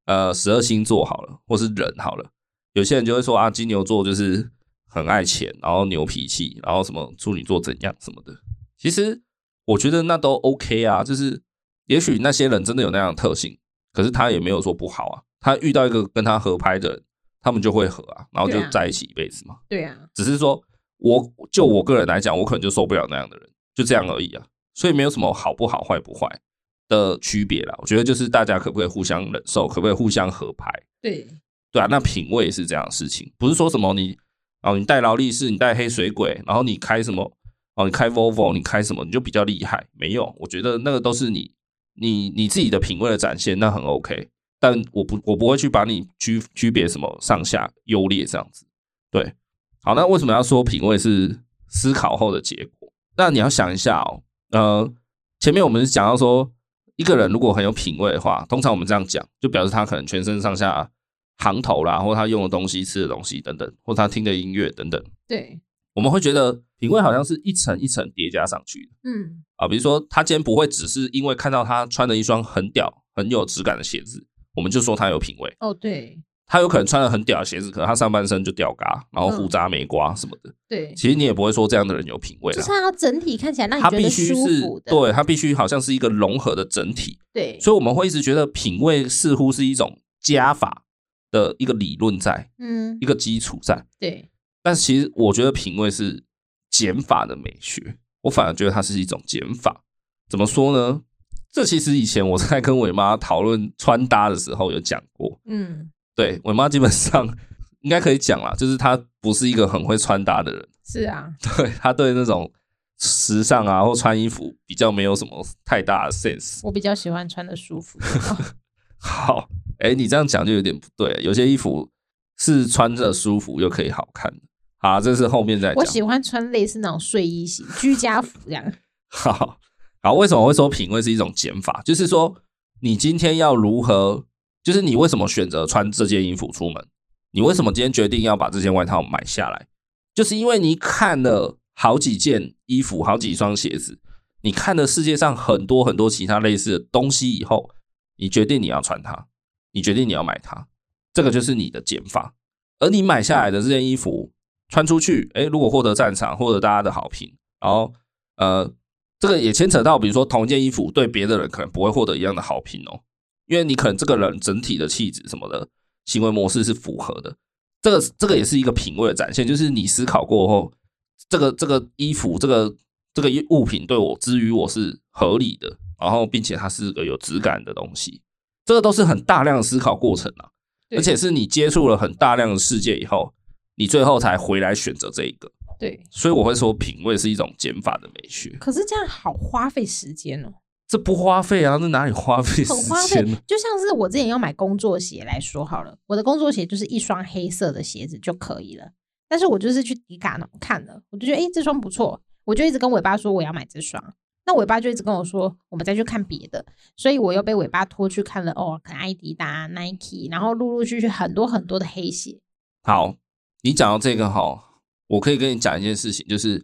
12星座好了，或是人好了，有些人就会说啊，金牛座就是很爱钱，然后牛脾气，然后什么处女座怎样什么的。其实我觉得那都 OK 啊，就是也许那些人真的有那样的特性，可是他也没有说不好啊。他遇到一个跟他合拍的人，他们就会合啊，然后就在一起一辈子嘛。 对啊， 只是说就我个人来讲，我可能就受不了那样的人，就这样而已啊。所以没有什么好不好坏不坏的区别啦。我觉得就是大家可不可以互相忍受，可不可以互相合拍。 对啊，那品味是这样的事情，不是说什么你带劳力士，你带黑水鬼，然后你开什么你开 Volvo， 你开什么你就比较厉害。没有，我觉得那个都是你自己的品味的展现，那很 OK。但我不会去把你区别什么上下优劣这样子。对，好，那为什么要说品味是思考后的结果？那你要想一下前面我们是讲到说，一个人如果很有品味的话，通常我们这样讲，就表示他可能全身上下行头啦，或他用的东西、吃的东西等等，或他听的音乐等等。 对， 我们会觉得品味好像是一层一层叠加上去的。比如说他今天不会只是因为看到他穿了一双很屌、很有质感的鞋子，我们就说他有品味。 对， 他有可能穿了很屌的鞋子，可能他上半身就吊嘎，然后胡渣没刮什么的。 对， 其实你也不会说这样的人有品味啦， 就是他整体看起来让你觉得舒服的。 对，他必须好像是一个融合的整体。 对， 所以我们会一直觉得品味似乎是一种加法的一个理论在，一个基础在。 对， 但其实我觉得品味是减法的美学，我反而觉得它是一种减法。怎么说呢？这其实以前我在跟伟妈讨论穿搭的时候有讲过。对，伟妈基本上应该可以讲啦，就是她不是一个很会穿搭的人。 是啊， 对，她对那种时尚啊或穿衣服比较没有什么太大的 sense。 我比较喜欢穿的舒服。 好，你这样讲就有点不对，有些衣服是穿着舒服又可以好看的。好，这是后面再讲。 我喜欢穿类似那种睡衣型居家服这样。 好，为什么会说品味是一种减法？就是说你今天要如何，就是你为什么选择穿这件衣服出门，你为什么今天决定要把这件外套买下来，就是因为你看了好几件衣服，好几双鞋子，你看了世界上很多很多其他类似的东西以后，你决定你要穿它，你决定你要买它，这个就是你的减法。而你买下来的这件衣服穿出去，如果获得赞赏，获得大家的好评，然后这个也牵扯到比如说同一件衣服对别的人可能不会获得一样的好评因为你可能这个人整体的气质什么的行为模式是符合的。这个也是一个品味的展现，就是你思考过后，这个衣服这个物品对我之于我是合理的，然后并且它是个有质感的东西，这个都是很大量的思考过程啊。而且是你接触了很大量的世界以后，你最后才回来选择这一个。 对， 所以我会说品味是一种减法的美学。 可是这样好花费时间哦。 这不花费啊，那哪里花费时间？ 很花费，就像是我之前要买工作鞋来说好了，我的工作鞋就是一双黑色的鞋子就可以了。但是我就是去迪卡侬看了，我就觉得这双不错，我就一直跟尾巴说我要买这双。那尾巴就一直跟我说我们再去看别的，所以我又被尾巴拖去看了可能艾迪达、Nike， 然后陆陆续续很多很多的黑鞋。 好，你讲到这个我可以跟你讲一件事情，就是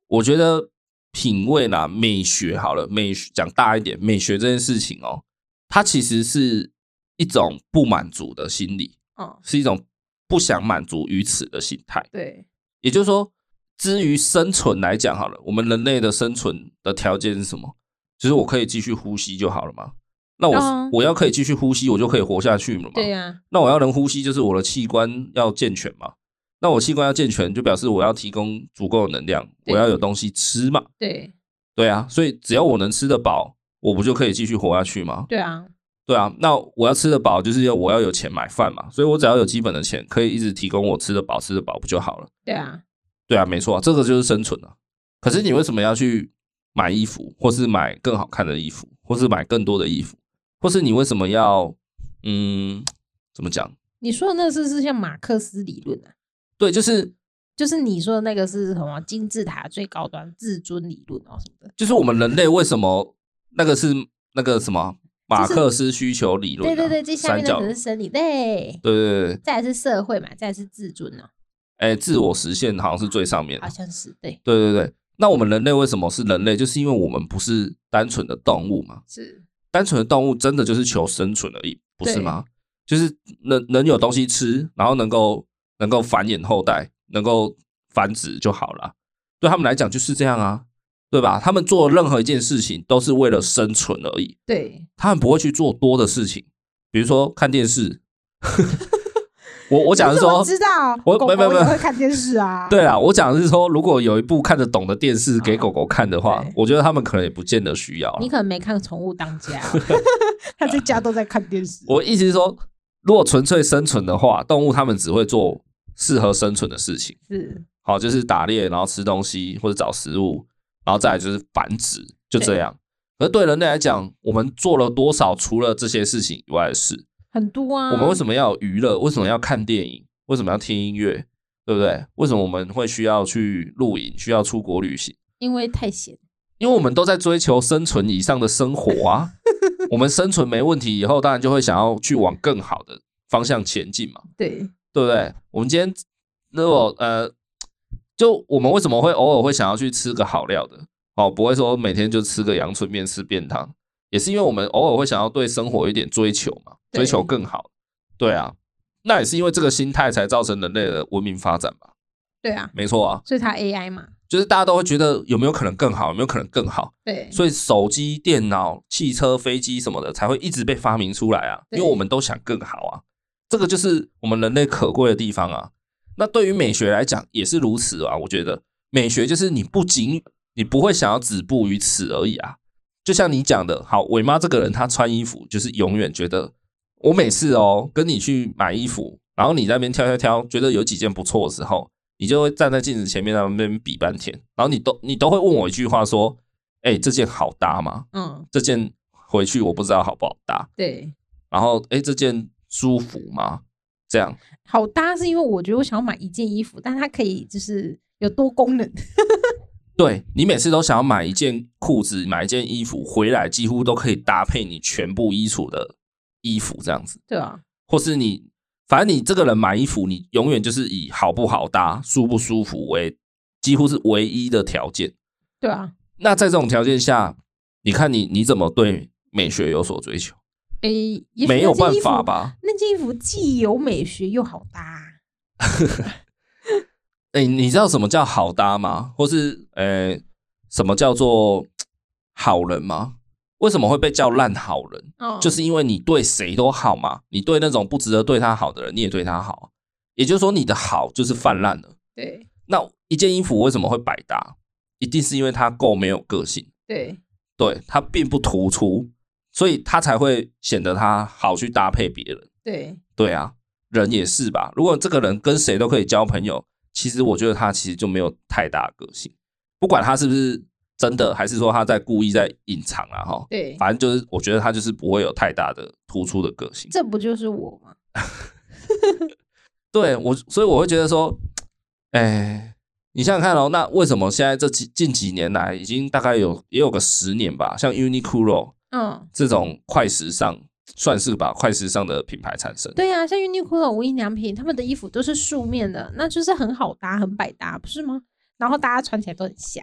我觉得品味啦，美学好了，美学讲大一点，美学这件事情哦，它其实是一种不满足的心理，是一种不想满足于此的心态。 对， 也就是说，至于生存来讲好了，我们人类的生存的条件是什么？就是我可以继续呼吸就好了嘛。那我要可以继续呼吸，我就可以活下去了嘛。 对啊。 那我要能呼吸，就是我的器官要健全嘛。那我器官要健全，就表示我要提供足够的能量，我要有东西吃嘛。 对， 对啊，所以只要我能吃得饱，我不就可以继续活下去吗？ 对啊， 对啊。那我要吃得饱，就是我要有钱买饭嘛。所以我只要有基本的钱，可以一直提供我吃得饱不就好了？ 对啊， 对啊，没错啊，这个就是生存啊。可是你为什么要去买衣服，或是买更好看的衣服，或是买更多的衣服，或是你为什么要怎么讲？ 你说的那个是像马克思理论啊？ 对，就是你说的那个是什么金字塔最高端自尊理论什么的？ 就是我们人类为什么那个是那个什么马克思需求理论、啊？ 对对对，这下面那只是生理，对对对对， 再来是社会嘛，再来是自尊哦。 自我实现好像是最上面的， 好像是对对对对。那我们人类为什么是人类？就是因为我们不是单纯的动物嘛。 是单纯的动物真的就是求生存而已，不是吗？就是能有东西吃，然后能够繁衍后代，能够繁殖就好了。对他们来讲就是这样啊，对吧？他们做任何一件事情都是为了生存而已。 对， 他们不会去做多的事情，比如说看电视。我讲的是说， 我知道， 我狗狗也会看电视啊。 对啊，我讲的是说，如果有一部看得懂的电视给狗狗看的话，我觉得他们可能也不见得需要。 你可能没看《宠物当家》，他在家都在看电视。 我意思是说，如果纯粹生存的话，动物他们只会做适合生存的事情， 是好，就是打猎，然后吃东西或者找食物，然后再来就是繁殖，就这样。而对人类来讲，我们做了多少除了这些事情以外的事？ 很多啊。 我们为什么要有娱乐？为什么要看电影？为什么要听音乐？对不对？为什么我们会需要去露营？需要出国旅行？ 因为太闲。 因为我们都在追求生存以上的生活啊。我们生存没问题以后，当然就会想要去往更好的方向前进嘛。 对， 对不对？我们今天如果就我们为什么会偶尔会想要去吃个好料的？不会说每天就吃个阳春面吃便当，也是因为我们偶尔会想要对生活有一点追求嘛，追求更好。对啊，那也是因为这个心态才造成人类的文明发展吧。 对啊， 没错啊， 所以它 AI 嘛， 就是大家都会觉得有没有可能更好，有没有可能更好。 对， 所以手机、电脑、汽车、飞机什么的才会一直被发明出来啊，因为我们都想更好啊。这个就是我们人类可贵的地方啊。那对于美学来讲也是如此啊，我觉得美学就是你不会想要止步于此而已啊。就像你讲的，好，伟妈这个人她穿衣服就是永远觉得，我每次跟你去买衣服，然后你在那边挑，觉得有几件不错的时候，你就会站在镜子前面在那边比半天，然后你都会问我一句话说，这件好搭吗？这件回去我不知道好不好搭。 对， 然后这件舒服吗？这样好搭是因为我觉得我想要买一件衣服，但它可以就是有多功能。 对，你每次都想要买一件裤子，买一件衣服回来，几乎都可以搭配你全部衣橱的衣服这样子。 对啊， 或是反正你这个人买衣服，你永远就是以好不好搭、舒不舒服为几乎是唯一的条件。 对啊， 那在这种条件下，你看你怎么对美学有所追求？没有办法吧？ 那件衣服既有美学又好搭。 你知道什么叫好搭吗？或是什么叫做好人吗？为什么会被叫烂好人？就是因为你对谁都好嘛，你对那种不值得对他好的人，你也对他好，也就是说你的好就是泛滥了。 对， 那一件衣服为什么会百搭？一定是因为它够没有个性。 对， 它并不突出，所以它才会显得它好去搭配别人。对啊，人也是吧。如果这个人跟谁都可以交朋友，其实我觉得他其实就没有太大的个性，不管他是不是真的，还是说他在故意在隐藏啊， 对， 反正就是我觉得他就是不会有太大的突出的个性。 这不就是我吗？ 对，所以我会觉得说，你想想看那为什么现在近几年来，已经大概也有个10年吧，像 Uniqlo 这种快时尚，算是吧，快时尚的品牌产生。 对啊，像 Uniqlo 无印良品，他们的衣服都是素面的，那就是很好搭，很百搭，不是吗？然后大家穿起来都很像。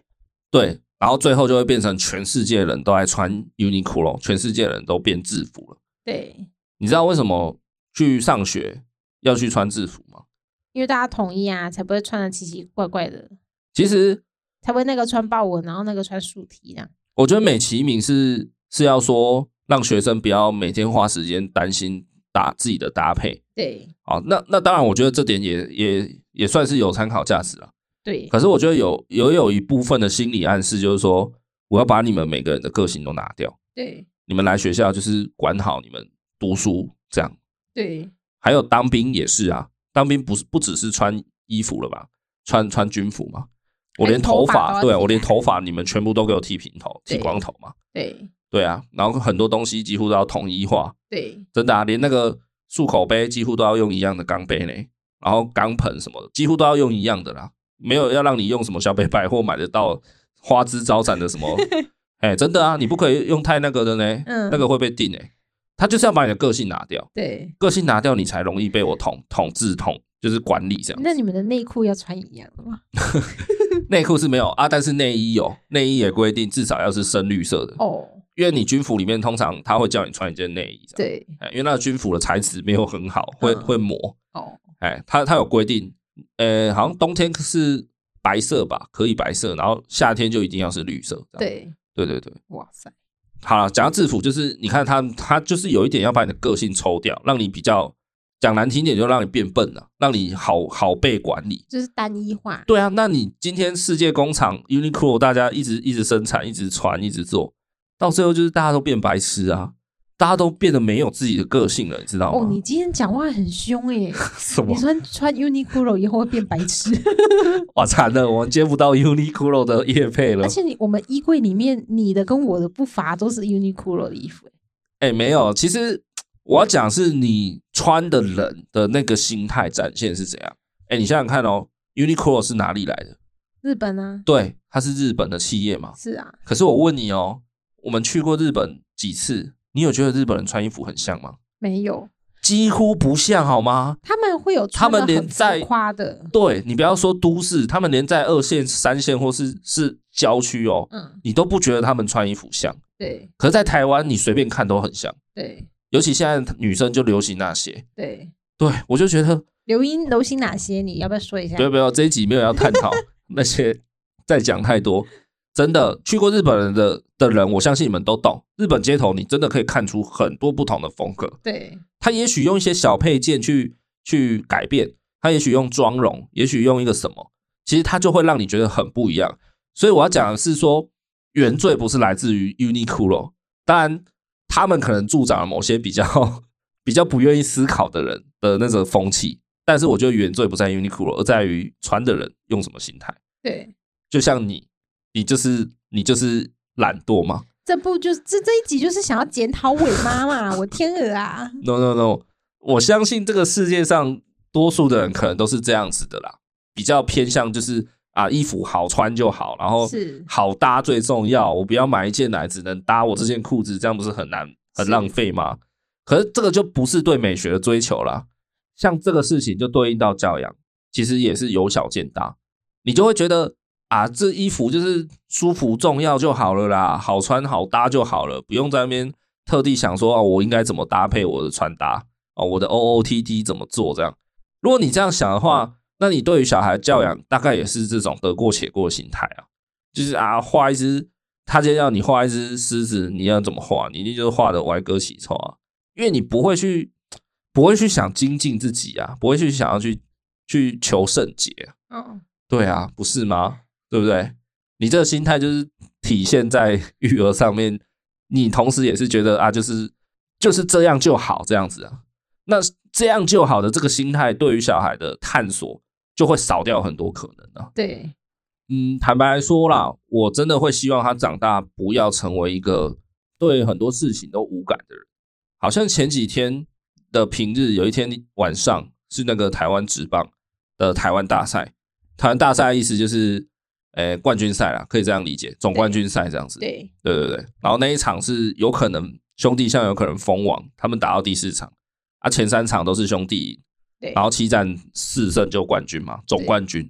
对，然后最后就会变成全世界人都在穿 Uniqlo， 全世界人都变制服了。 对， 你知道为什么去上学要去穿制服吗？ 因为大家统一啊，才不会穿的奇奇怪怪的。 其实才不会那个穿豹纹，然后那个穿竖体这样。 我觉得美其名是要说让学生不要每天花时间担心自己的搭配。 对， 好，那当然，我觉得这点也算是有参考价值啦。 对， 可是我觉得有一部分的心理暗示，就是说我要把你们每个人的个性都拿掉。 对， 你们来学校就是管好你们读书这样。 对， 还有当兵也是啊，当兵不只是穿衣服了吧，穿军服嘛。我连头发，对，我连头发你们全部都给我剃平头、剃光头嘛。 对， 对啊，然后很多东西几乎都要统一化。 对， 真的啊，连那个漱口杯几乎都要用一样的钢杯呢，然后钢盆什么的几乎都要用一样的啦，没有要让你用什么小北百货买得到花枝招展的什么。真的啊，你不可以用太那个的呢，那个会被定他就是要把你的个性拿掉。对，个性拿掉你才容易被我统治就是管理这样子。 那你们的内裤要穿一样的吗？ 内裤是没有啊，但是内衣有，内衣也规定至少要是深绿色的哦，因为你军服里面通常他会叫你穿一件内衣，对，因为那个军服的材质没有很好，会磨哦，他有规定，好像冬天是白色吧，可以白色，然后夏天就一定要是绿色，对，对，哇塞，好了，讲到制服，就是你看他就是有一点要把你的个性抽掉，让你比较。讲难听点就让你变笨了，让你好被管理， 就是单一化。对啊，那你今天世界工厂 Uniqlo 大家一直生产，一直传，一直做，到最后就是大家都变白痴啊，大家都变得没有自己的个性了，你知道吗？ 哦，你今天讲话很凶耶！ 什么？ 你穿 Uniqlo 以后会变白痴？ 哇，惨了，我们接不到 Uniqlo 的业配了。 而且我们衣柜里面你的跟我的不乏都是 Uniqlo 的衣服。 没有，其实。我要讲是你穿的人的那个心态展现是怎样。你想想看哦 Uniqlo 是哪里来的？ 日本啊。对， 它是日本的企业嘛。 是啊。可是我问你哦，我们去过日本几次，你有觉得日本人穿衣服很像吗？ 没有， 几乎不像好吗？ 他们会有穿得很浮夸的。对， 你不要说都市，他们连在2线、3线或是郊区哦，你都不觉得他们穿衣服像。对。可是在台湾，你随便看都很像。对。尤其现在女生就流行那些，对，我就觉得流行哪些？你要不要说一下？ 不要，这一集没有要探讨那些，再讲太多。真的去过日本人的人，我相信你们都懂。日本街头，你真的可以看出很多不同的风格。对，他也许用一些小配件去改变，他也许用妆容，也许用一个什么，其实他就会让你觉得很不一样。所以我要讲的是说，原罪不是来自于 Uniqlo， 当然。他们可能助长了某些比较不愿意思考的人的那种风气，但是我觉得原罪不在 Uniqlo， 而在于穿的人用什么心态。对，就像你就是懒惰吗？ 这一集就是想要检讨伟妈嘛，我天鹅啊 ！No， 我相信这个世界上多数的人可能都是这样子的啦，比较偏向就是衣服好穿就好，然后好搭最重要。我不要买一件来只能搭我这件裤子，这样不是很浪费吗？可是这个就不是对美学的追求啦。像这个事情就对应到教养，其实也是由小见大。你就会觉得这衣服就是舒服重要就好了啦，好穿好搭就好了，不用在那边特地想说我应该怎么搭配我的穿搭我的 OOTD 怎么做这样。如果你这样想的话，那你对于小孩的教养大概也是这种得过且过的心态就是画一只，他今天要你画一只狮子，你要怎么画？你一定就是画的歪歌起臭因为你不会去想精进自己不会去想要去求圣洁对不是吗？对不对？你这个心态就是体现在育儿上面，你同时也是觉得就是这样就好这样子那这样就好的这个心态，对于小孩的探索就会少掉很多可能对， 坦白来说啦，我真的会希望他长大不要成为一个对很多事情都无感的人。好像前几天的平日，有一天晚上是那个台湾职棒的台湾大赛。台湾大赛的意思就是冠军赛啦，可以这样理解，总冠军赛这样子。对。然后那一场是有可能兄弟象有可能封王，他们打到第4场前3场都是兄弟赢。然后7战4胜就冠军嘛，总冠军。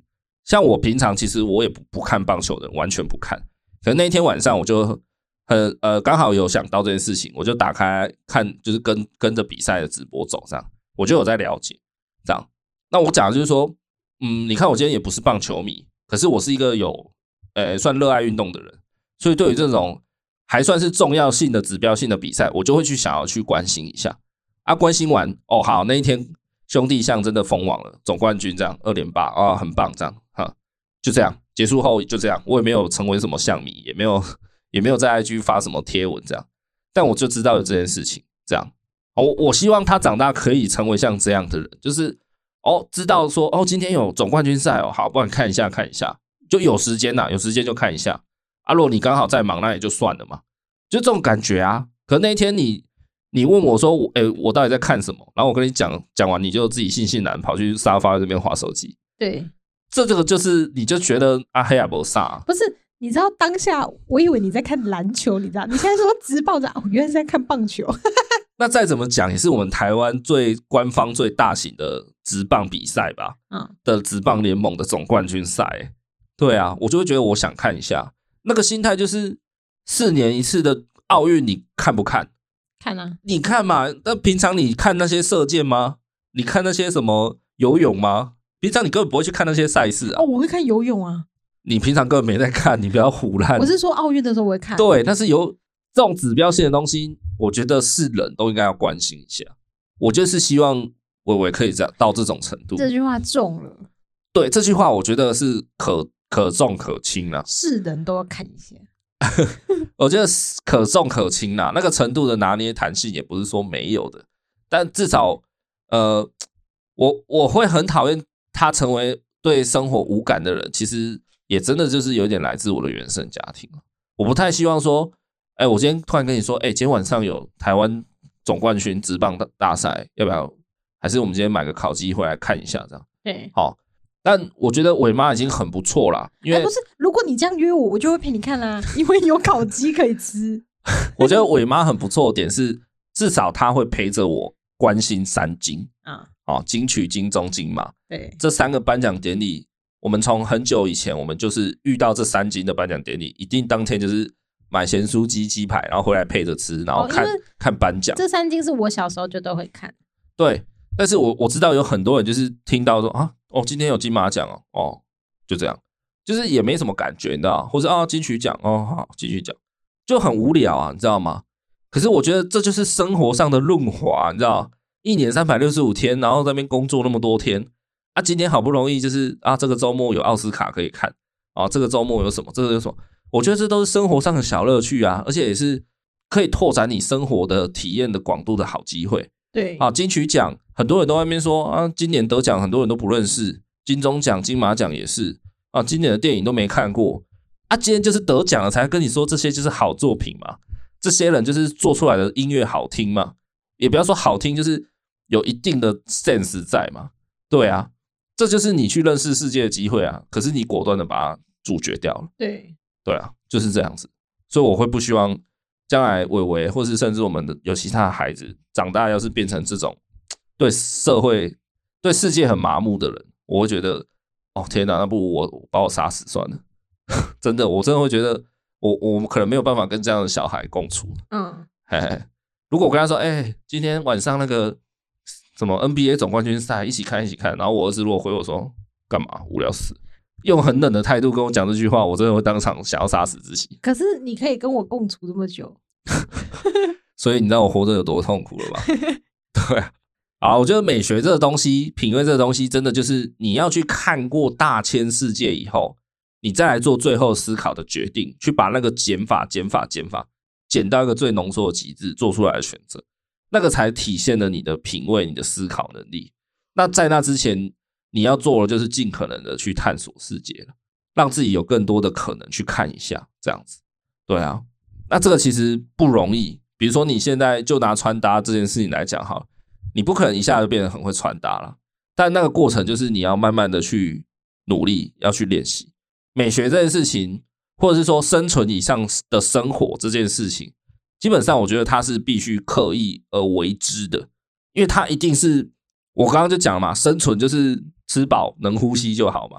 像我平常其实我也不看棒球的，完全不看。可是那一天晚上我就刚好有想到这件事情，我就打开看，就是跟着比赛的直播走，这样我就有在了解这样。那我讲的就是说，你看我今天也不是棒球迷，可是我是一个有算热爱运动的人，所以对于这种还算是重要性的指标性的比赛，我就会想要去关心一下啊。关心完好，那一天兄弟象真的封王了，总冠军这样2连霸啊，很棒这样哈，就这样结束后就这样，我也没有成为什么象迷，也没有在 IG 发什么贴文这样，但我就知道有这件事情这样。我希望他长大可以成为像这样的人，就是知道说今天有总冠军赛好，不然看一下，就有时间有时间就看一下啊。如果你刚好在忙，那也就算了嘛，就这种感觉啊。可那一天你问我说我到底在看什么，然后我跟你讲完，你就自己悻悻然跑去沙发这边滑手机。 对， 这个就是你就觉得黑也没啥。 不是，你知道当下我以为你在看篮球，你知道你现在说职棒原来是在看棒球。 那再怎么讲也是我们台湾最官方最大型的职棒比赛吧，的职棒联盟的总冠军赛。对啊，我就会觉得我想看一下，那个心态就是4年一次的奥运，你看不看？ 看啊， 你看嘛。那平常你看那些射箭吗？你看那些什么游泳吗？平常你根本不会去看那些赛事啊。 我会看游泳啊。你平常根本没在看，你不要唬烂。 我是说奥运的时候我会看。 对，但是有这种指标性的东西，我觉得是人都应该要关心一下。我就是希望伟伟可以到这种程度。 这句话中了。 对，这句话我觉得是可重可轻啦。 是人都要看一下。 我觉得可重可轻啦，那个程度的拿捏弹性也不是说没有的，但至少我会很讨厌他成为对生活无感的人，其实也真的就是有点来自我的原生家庭。我不太希望说我今天突然跟你说今天晚上有台湾总冠军职棒大赛，要不要还是我们今天买个烤鸡回来看一下这样。 对， 好。但我觉得伟妈已经很不错啦，因为不是，如果你这样约我，我就会陪你看啦，因为有烤鸡可以吃。 我觉得伟妈很不错的点是，至少她会陪着我关心3金金曲、金钟、金马。 对， 这3个颁奖典礼，我们从很久以前，我们就是遇到这3金的颁奖典礼，一定当天就是买咸酥鸡、鸡排，然后回来配着吃，然后看颁奖。 这3金是我小时候就都会看。 对，但是我知道有很多人就是听到说今天有金马奖就这样，就是也没什么感觉，你知道，或者金曲奖好金曲奖就很无聊啊，你知道吗？可是我觉得这就是生活上的润滑，你知道，1年365天，然后在那边工作那么多天今天好不容易就是这个周末有奥斯卡可以看这个周末有什么，这个有什么，我觉得这都是生活上的小乐趣啊，而且也是可以拓展你生活的体验的广度的好机会。 对金曲奖很多人都在那边说今年得奖很多人都不认识，金钟奖、金马奖也是今年的电影都没看过今天就是得奖了才跟你说这些就是好作品嘛，这些人就是做出来的音乐好听嘛，也不要说好听，就是有一定的 sense 在嘛。对啊，这就是你去认识世界的机会啊，可是你果断的把它阻绝掉了。对啊，就是这样子。所以我会不希望将来伟伟或是甚至我们的有其他的孩子长大要是变成这种对社会对世界很麻木的人，我会觉得天哪，那不如我把我杀死算了。真的，我真的会觉得我可能没有办法跟这样的小孩共处。如果我跟他说今天晚上那个什么 NBA 总冠军赛一起看，然后我儿子如果回我说干嘛无聊死，用很冷的态度跟我讲这句话，我真的会当场想要杀死自己。 可是你可以跟我共处这么久。 所以你知道我活着有多痛苦了吧？对啊，我觉得美学这个东西，品味这个东西，真的就是你要去看过大千世界以后，你再来做最后思考的决定，去把那个减法减到一个最浓缩的极致做出来的选择，那个才体现了你的品味、你的思考能力。那在那之前你要做的就是尽可能的去探索世界了，让自己有更多的可能去看一下这样子。对啊，那这个其实不容易。比如说你现在就拿穿搭这件事情来讲好了，你不可能一下就变得很会穿搭了，但那个过程就是你要慢慢的去努力，要去练习。美学这件事情，或者是说生存以上的生活这件事情，基本上我觉得它是必须刻意而为之的，因为它一定是我刚刚就讲嘛，生存就是吃饱能呼吸就好嘛。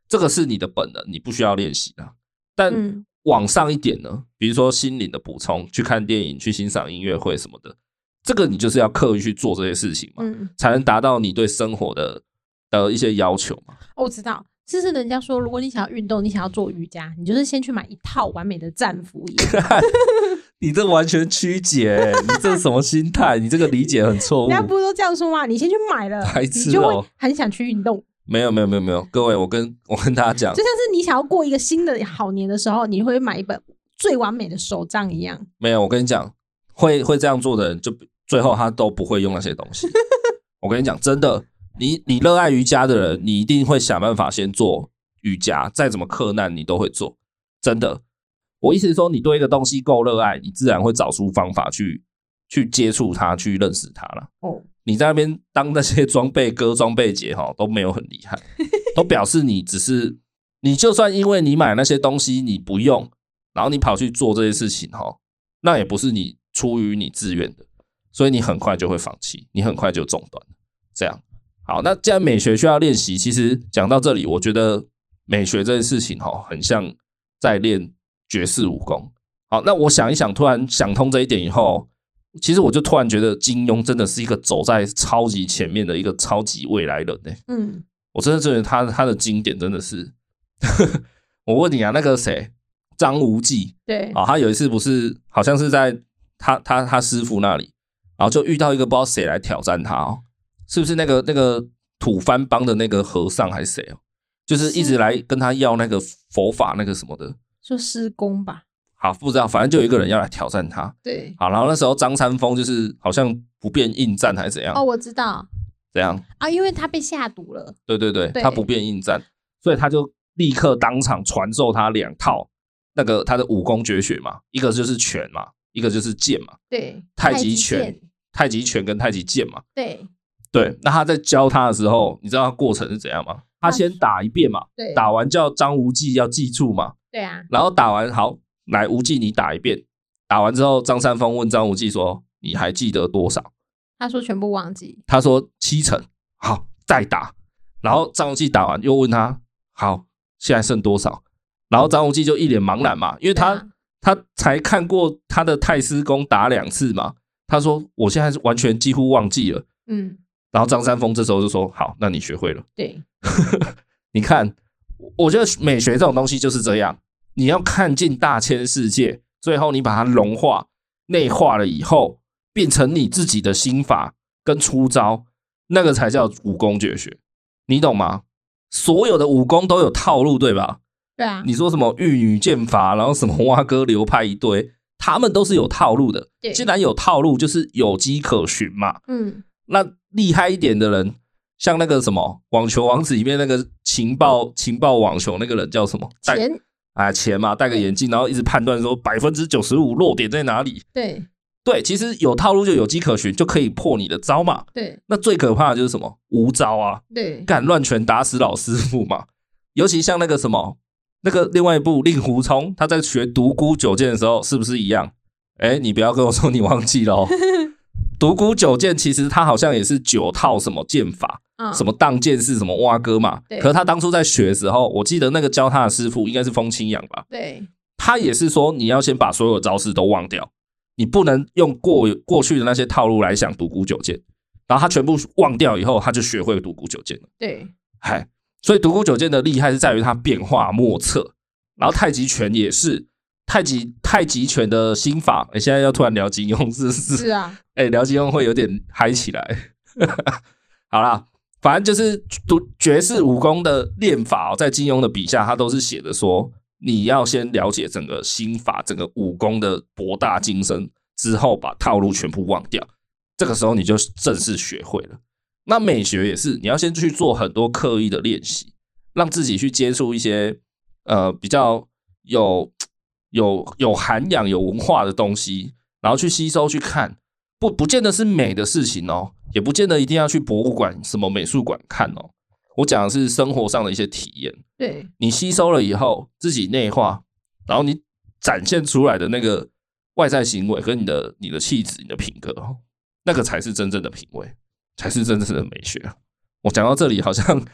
这个是你的本能，你不需要练习啊。但往上一点呢，比如说心灵的补充，去看电影，去欣赏音乐会什么的，这个你就是要刻意去做这些事情嘛，才能达到你对生活的一些要求嘛。 我知道，是人家说，如果你想要运动，你想要做瑜伽，你就是先去买一套完美的战服衣。 你这完全曲解，你这是什么心态？你这个理解很错误。 人家不是都这样说吗？你先去买了， 白痴哦， 你就会很想去运动。 没有，各位，我跟大家讲， 就像是你想要过一个新的好年的时候，你会买一本最完美的手账一样。 没有，我跟你讲，会这样做的人，就最后他都不会用那些东西。我跟你讲，真的，你热爱瑜伽的人，你一定会想办法先做瑜伽，再怎么克难你都会做。真的，我意思是说，你对一个东西够热爱，你自然会找出方法去接触它，去认识它了。你在那边当那些装备哥、装备姐都没有很厉害，都表示你只是你就算因为你买那些东西你不用，然后你跑去做这些事情那也不是你出于你自愿的，所以你很快就会放弃，你很快就中断。这样好，那既然美学需要练习，其实讲到这里，我觉得美学这件事情很像在练绝世武功。好，那我想一想，突然想通这一点以后，其实我就突然觉得金庸真的是一个走在超级前面的一个超级未来人我真的觉得他的经典真的是我问你啊，那个谁张无忌， 对他有一次不是好像是在他师傅那里，然后就遇到一个不知道谁来挑战他是不是那个吐蕃帮的那个和尚还是谁就是一直来跟他要那个佛法那个什么的， 说师公吧。 好，不知道，反正就有一个人要来挑战他。 对， 好，然后那时候张三丰就是好像不便应战还是怎样？ 我知道， 怎样啊？因为他被下毒了。 对，他不便应战，所以他就立刻当场传授他2套那个他的武功绝学嘛，一个就是拳嘛，一个就是剑嘛。 对， 太极拳跟太极剑嘛。 对， 那他在教他的时候，你知道他过程是怎样吗？他先打一遍嘛，打完叫张无忌要记住嘛。 对啊， 然后打完好。来，无忌你打一遍，打完之后张三丰问张无忌说你还记得多少？ 他说全部忘记， 他说70%。好，再打。然后张无忌打完又问他好，现在剩多少？然后张无忌就一脸茫然嘛，因为他才看过他的太师公打2次嘛，他说我现在是完全几乎忘记了。然后张三丰这时候就说好，那你学会了。 对你看，我觉得美学这种东西就是这样，你要看尽大千世界，最后你把它融化内化了以后，变成你自己的心法跟出招，那个才叫武功绝学，你懂吗？所有的武功都有套路，对吧？ 对啊， 你说什么玉女剑法，然后什么蛙哥流派一堆，他们都是有套路的。既然有套路，就是有迹可循嘛。那厉害一点的人，像那个什么网球王子里面那个情报网球那个人叫什么？钱嘛，戴个眼镜，然后一直判断说95%落点在哪里。对，其实有套路就有迹可循，就可以破你的招嘛。 对， 那最可怕的就是什么？无招啊！ 对， 干乱拳打死老师傅嘛。尤其像那个什么，那个另外一部令狐冲，他在学独孤九剑的时候，是不是一样？你不要跟我说你忘记了哦。独孤九剑其实他好像也是9套什么剑法。什么当剑士什么蛙哥嘛，可是他当初在学的时候，我记得那个教他的师傅应该是风清扬吧。 对， 他也是说你要先把所有的招式都忘掉，你不能用过去的那些套路来想独孤九剑，然后他全部忘掉以后，他就学会独孤九剑了。 对， 所以独孤九剑的厉害是在于它变化莫测，然后太极拳也是太极拳的心法。现在要突然聊金庸是啊， 聊金庸会有点嗨起来。好啦。反正就是绝世武功的练法在金庸的笔下他都是写的说你要先了解整个心法整个武功的博大精深之后把套路全部忘掉，这个时候你就正式学会了。那美学也是，你要先去做很多刻意的练习，让自己去接触一些比较有涵养有文化的东西，然后去吸收去看，不见得是美的事情哦，也不见得一定要去博物馆什么美术馆看哦。我讲的是生活上的一些体验。 对， 你吸收了以后自己内化，然后你展现出来的那个外在行为跟你的气质你的品格，那个才是真正的品味，才是真正的美学。我讲到这里好像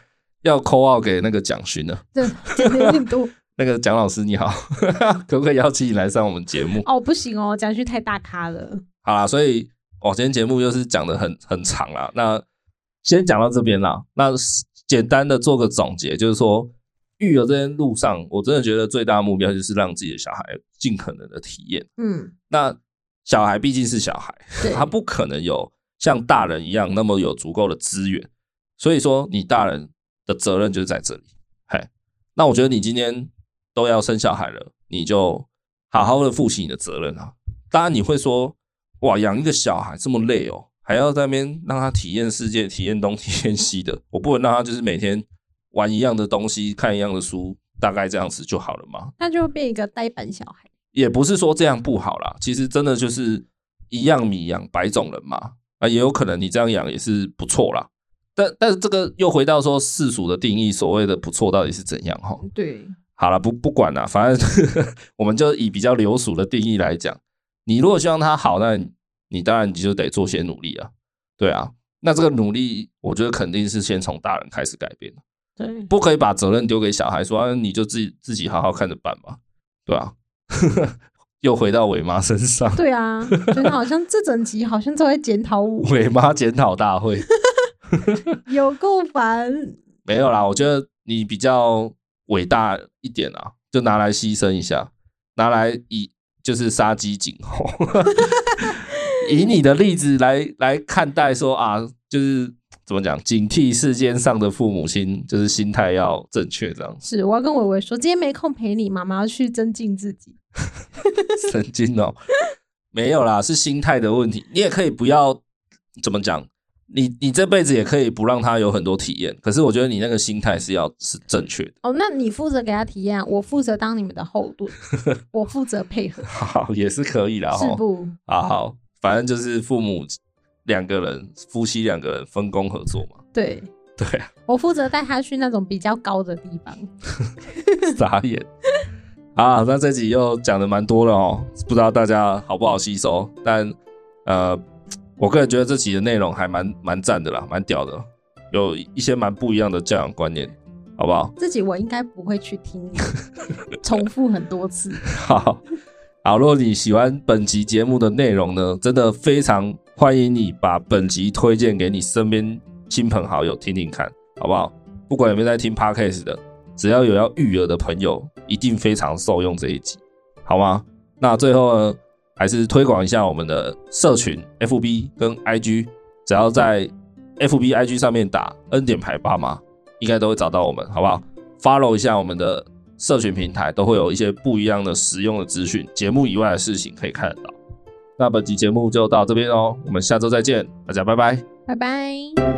要call out给那个蒋勋了。 对，讲的有点多。 那个蒋老师你好，可不可以邀请你来上我们节目？ 哦，不行哦，蒋勋太大咖了。 好啦，所以今天节目又是讲的很长啦，那先讲到这边啦。那简单的做个总结，就是说育儿这件路上，我真的觉得最大的目标就是让自己的小孩尽可能的体验。那小孩毕竟是小孩，他不可能有像大人一样那么有足够的资源，所以说你大人的责任就是在这里。那我觉得你今天都要生小孩了，你就好好的负起你的责任啊。当然你会说，哇，养一个小孩这么累哦，还要在那边让他体验世界，体验东体验西的，我不能让他就是每天玩一样的东西，看一样的书，大概这样子就好了吗？ 那就会变一个呆板小孩。 也不是说这样不好啦，其实真的就是一样米养百种人嘛，也有可能你这样养也是不错啦。但是这个又回到说世俗的定义，所谓的不错到底是怎样齁？ 对， 好啦，不管啦，反正我们就以比较流俗的定义来讲，你如果希望他好，那你当然你就得做些努力啊，对啊，那这个努力我觉得肯定是先从大人开始改变的， 对， 不可以把责任丢给小孩说，你就自己好好看着办嘛，对啊。又回到伟妈身上， 对啊，觉得好像这整集好像都在检讨我。 伟妈检讨大会。 有够烦。 没有啦，我觉得你比较伟大一点啊，就拿来牺牲一下，拿来就是杀鸡儆猴。以你的例子来看待说啊，就是怎么讲，警惕世间上的父母亲，就是心态要正确这样。 是，我要跟伟伟说，今天没空陪你，妈妈要去增进自己。 神经哦，没有啦，是心态的问题。你也可以不要怎么讲，你这辈子也可以不让他有很多体验，可是我觉得你那个心态是正确的。 哦，那你负责给他体验，我负责当你们的后盾，我负责配合。 好，也是可以啦， 是不？ 好，反正就是父母两个人，夫妻两个人分工合作嘛。 对啊， 我负责带他去那种比较高的地方。 傻眼。好，那这集又讲的蛮多了哦，不知道大家好不好吸收，但我个人觉得这集的内容还蛮赞的啦，蛮屌的，有一些蛮不一样的教养观念，好不好？ 这集我应该不会去听，重复很多次。 好，如果你喜欢本集节目的内容呢，真的非常欢迎你把本集推荐给你身边亲朋好友听听看，好不好？不管有没有在听 Podcast 的，只要有要育儿的朋友，一定非常受用这一集，好吗？那最后呢，还是推广一下我们的社群 FB 跟 IG， 只要在 FB、IG 上面打恩典牌爸妈，应该都会找到我们，好不好？ follow 一下我们的社群平台，都会有一些不一样的实用的资讯，节目以外的事情可以看得到。那本集节目就到这边哦，我们下周再见，大家拜拜， 拜拜。